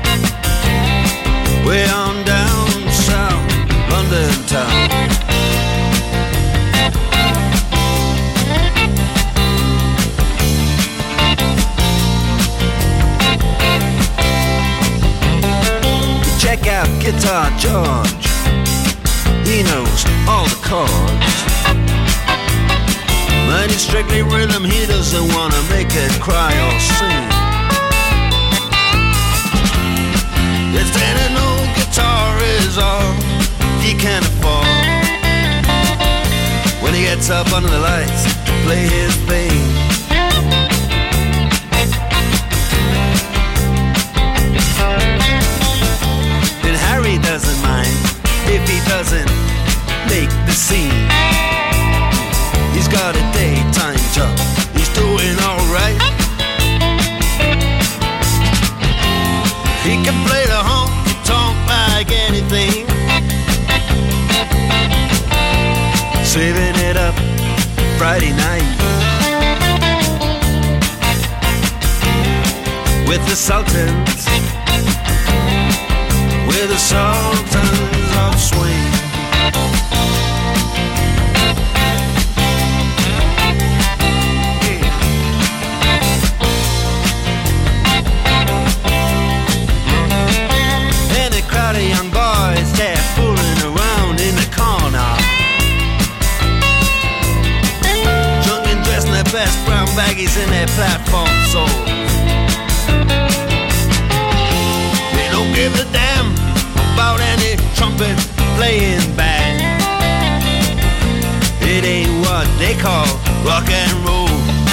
way on down south, London town. Check out Guitar George, he knows all the chords. But it's strictly rhythm, he doesn't wanna make it cry or sing. It's that an old guitar is all he can afford. When he gets up under the lights to play his thing, and Harry doesn't mind if he doesn't make the scene. He's got a daytime job, he's doing alright. He can play the honky-tonk like anything, saving it up Friday night with the Sultans, with the Sultans of Swing. The young boys, they're fooling around in the corner, drunk and dressed in their best brown baggies in their platform soles. They don't give a damn about any trumpet playing band. It ain't what they call rock and roll.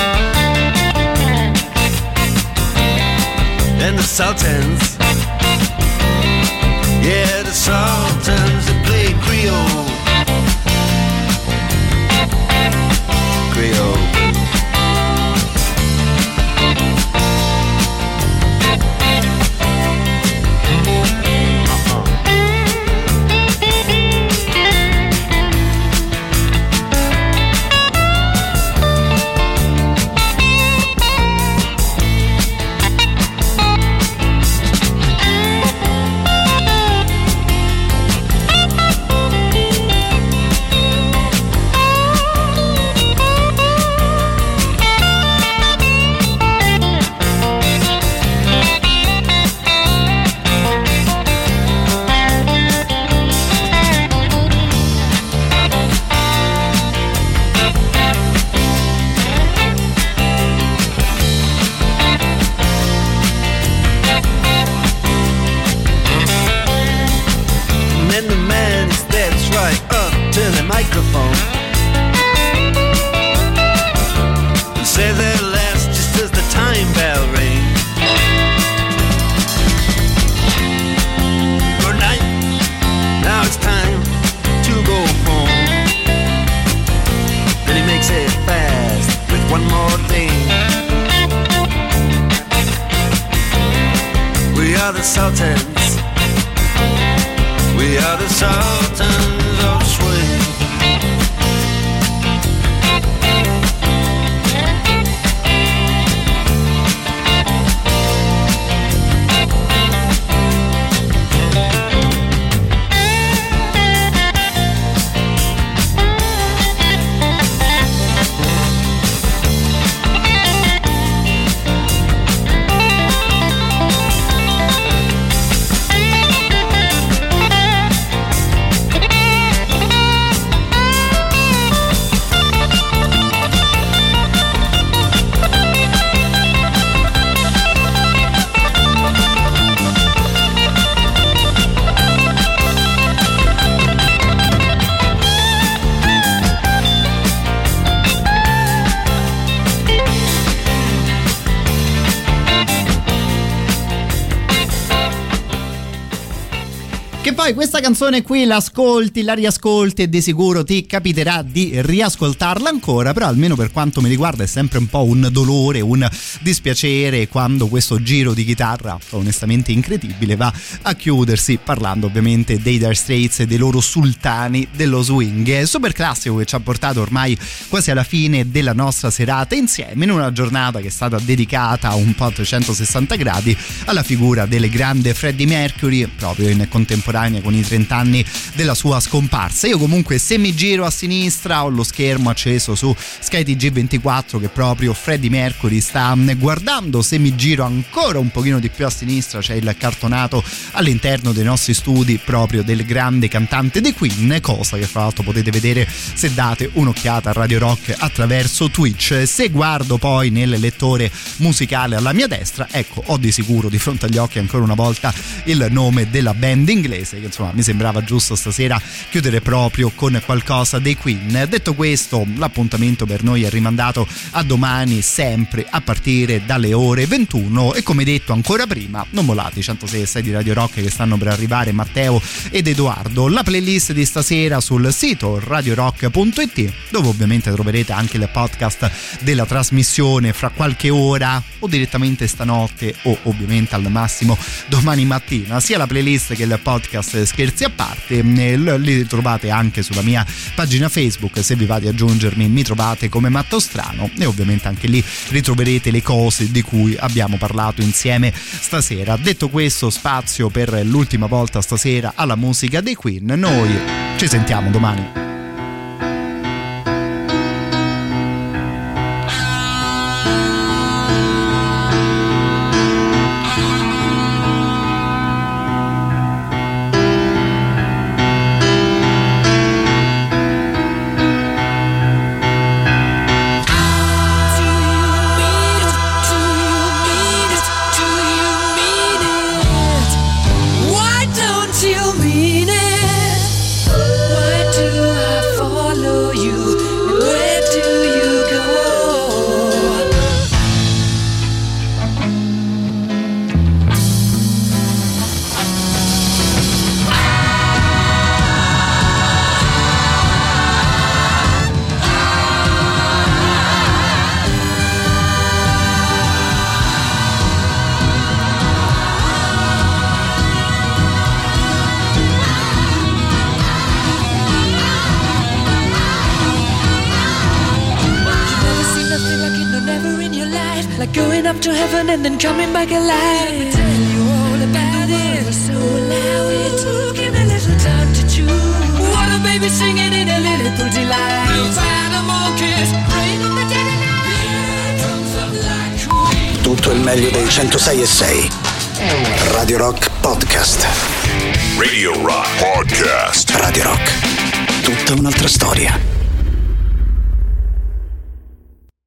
And the Sultans, yeah, the Sultans that play Creole, Creole. are the Sultans We are the sultans of swing. Poi questa canzone qui l'ascolti, la riascolti e di sicuro ti capiterà di riascoltarla ancora, però almeno per quanto mi riguarda è sempre un po' un dolore, un dispiacere quando questo giro di chitarra onestamente incredibile va a chiudersi, parlando ovviamente dei Dire Straits e dei loro sultani dello swing. Super classico che ci ha portato ormai quasi alla fine della nostra serata insieme, in una giornata che è stata dedicata un po' a trecentosessanta gradi alla figura del grande Freddie Mercury, proprio in contemporanea con i trenta anni della sua scomparsa. Io comunque, se mi giro a sinistra, ho lo schermo acceso su Sky T G ventiquattro che proprio Freddie Mercury sta guardando. Se mi giro ancora un pochino di più a sinistra c'è il cartonato all'interno dei nostri studi proprio del grande cantante dei Queen, cosa che fra l'altro potete vedere se date un'occhiata a Radio Rock attraverso Twitch. Se guardo poi nel lettore musicale alla mia destra, ecco, ho di sicuro di fronte agli occhi ancora una volta il nome della band inglese, che insomma mi sembrava giusto stasera chiudere proprio con qualcosa dei Queen. Detto questo, l'appuntamento per noi è rimandato a domani, sempre a partire dalle ore ventuno, e come detto ancora prima, non volate i centosei e sei di Radio Rock che stanno per arrivare, Matteo ed Edoardo. La playlist di stasera sul sito radio rock punto it, dove ovviamente troverete anche il podcast della trasmissione fra qualche ora o direttamente stanotte o ovviamente al massimo domani mattina, sia la playlist che il podcast Scherzi a parte. Li trovate anche sulla mia pagina Facebook, se vi va di aggiungermi mi trovate come Matto Strano, e ovviamente anche lì ritroverete le cose di cui abbiamo parlato insieme stasera. Detto questo, spazio per l'ultima volta stasera alla musica dei Queen. Noi ci sentiamo domani. up to heaven and then coming back alive. Let me tell you all about it. So allow it to give me a little time to choose. What a baby singing in a little pretty light. Those animal kiss, rain on the dead and night. Comes up like Queen. Tutto il meglio dei centosei e sei. Radio Rock Podcast. Radio Rock Podcast. Radio Rock. Tutta un'altra storia.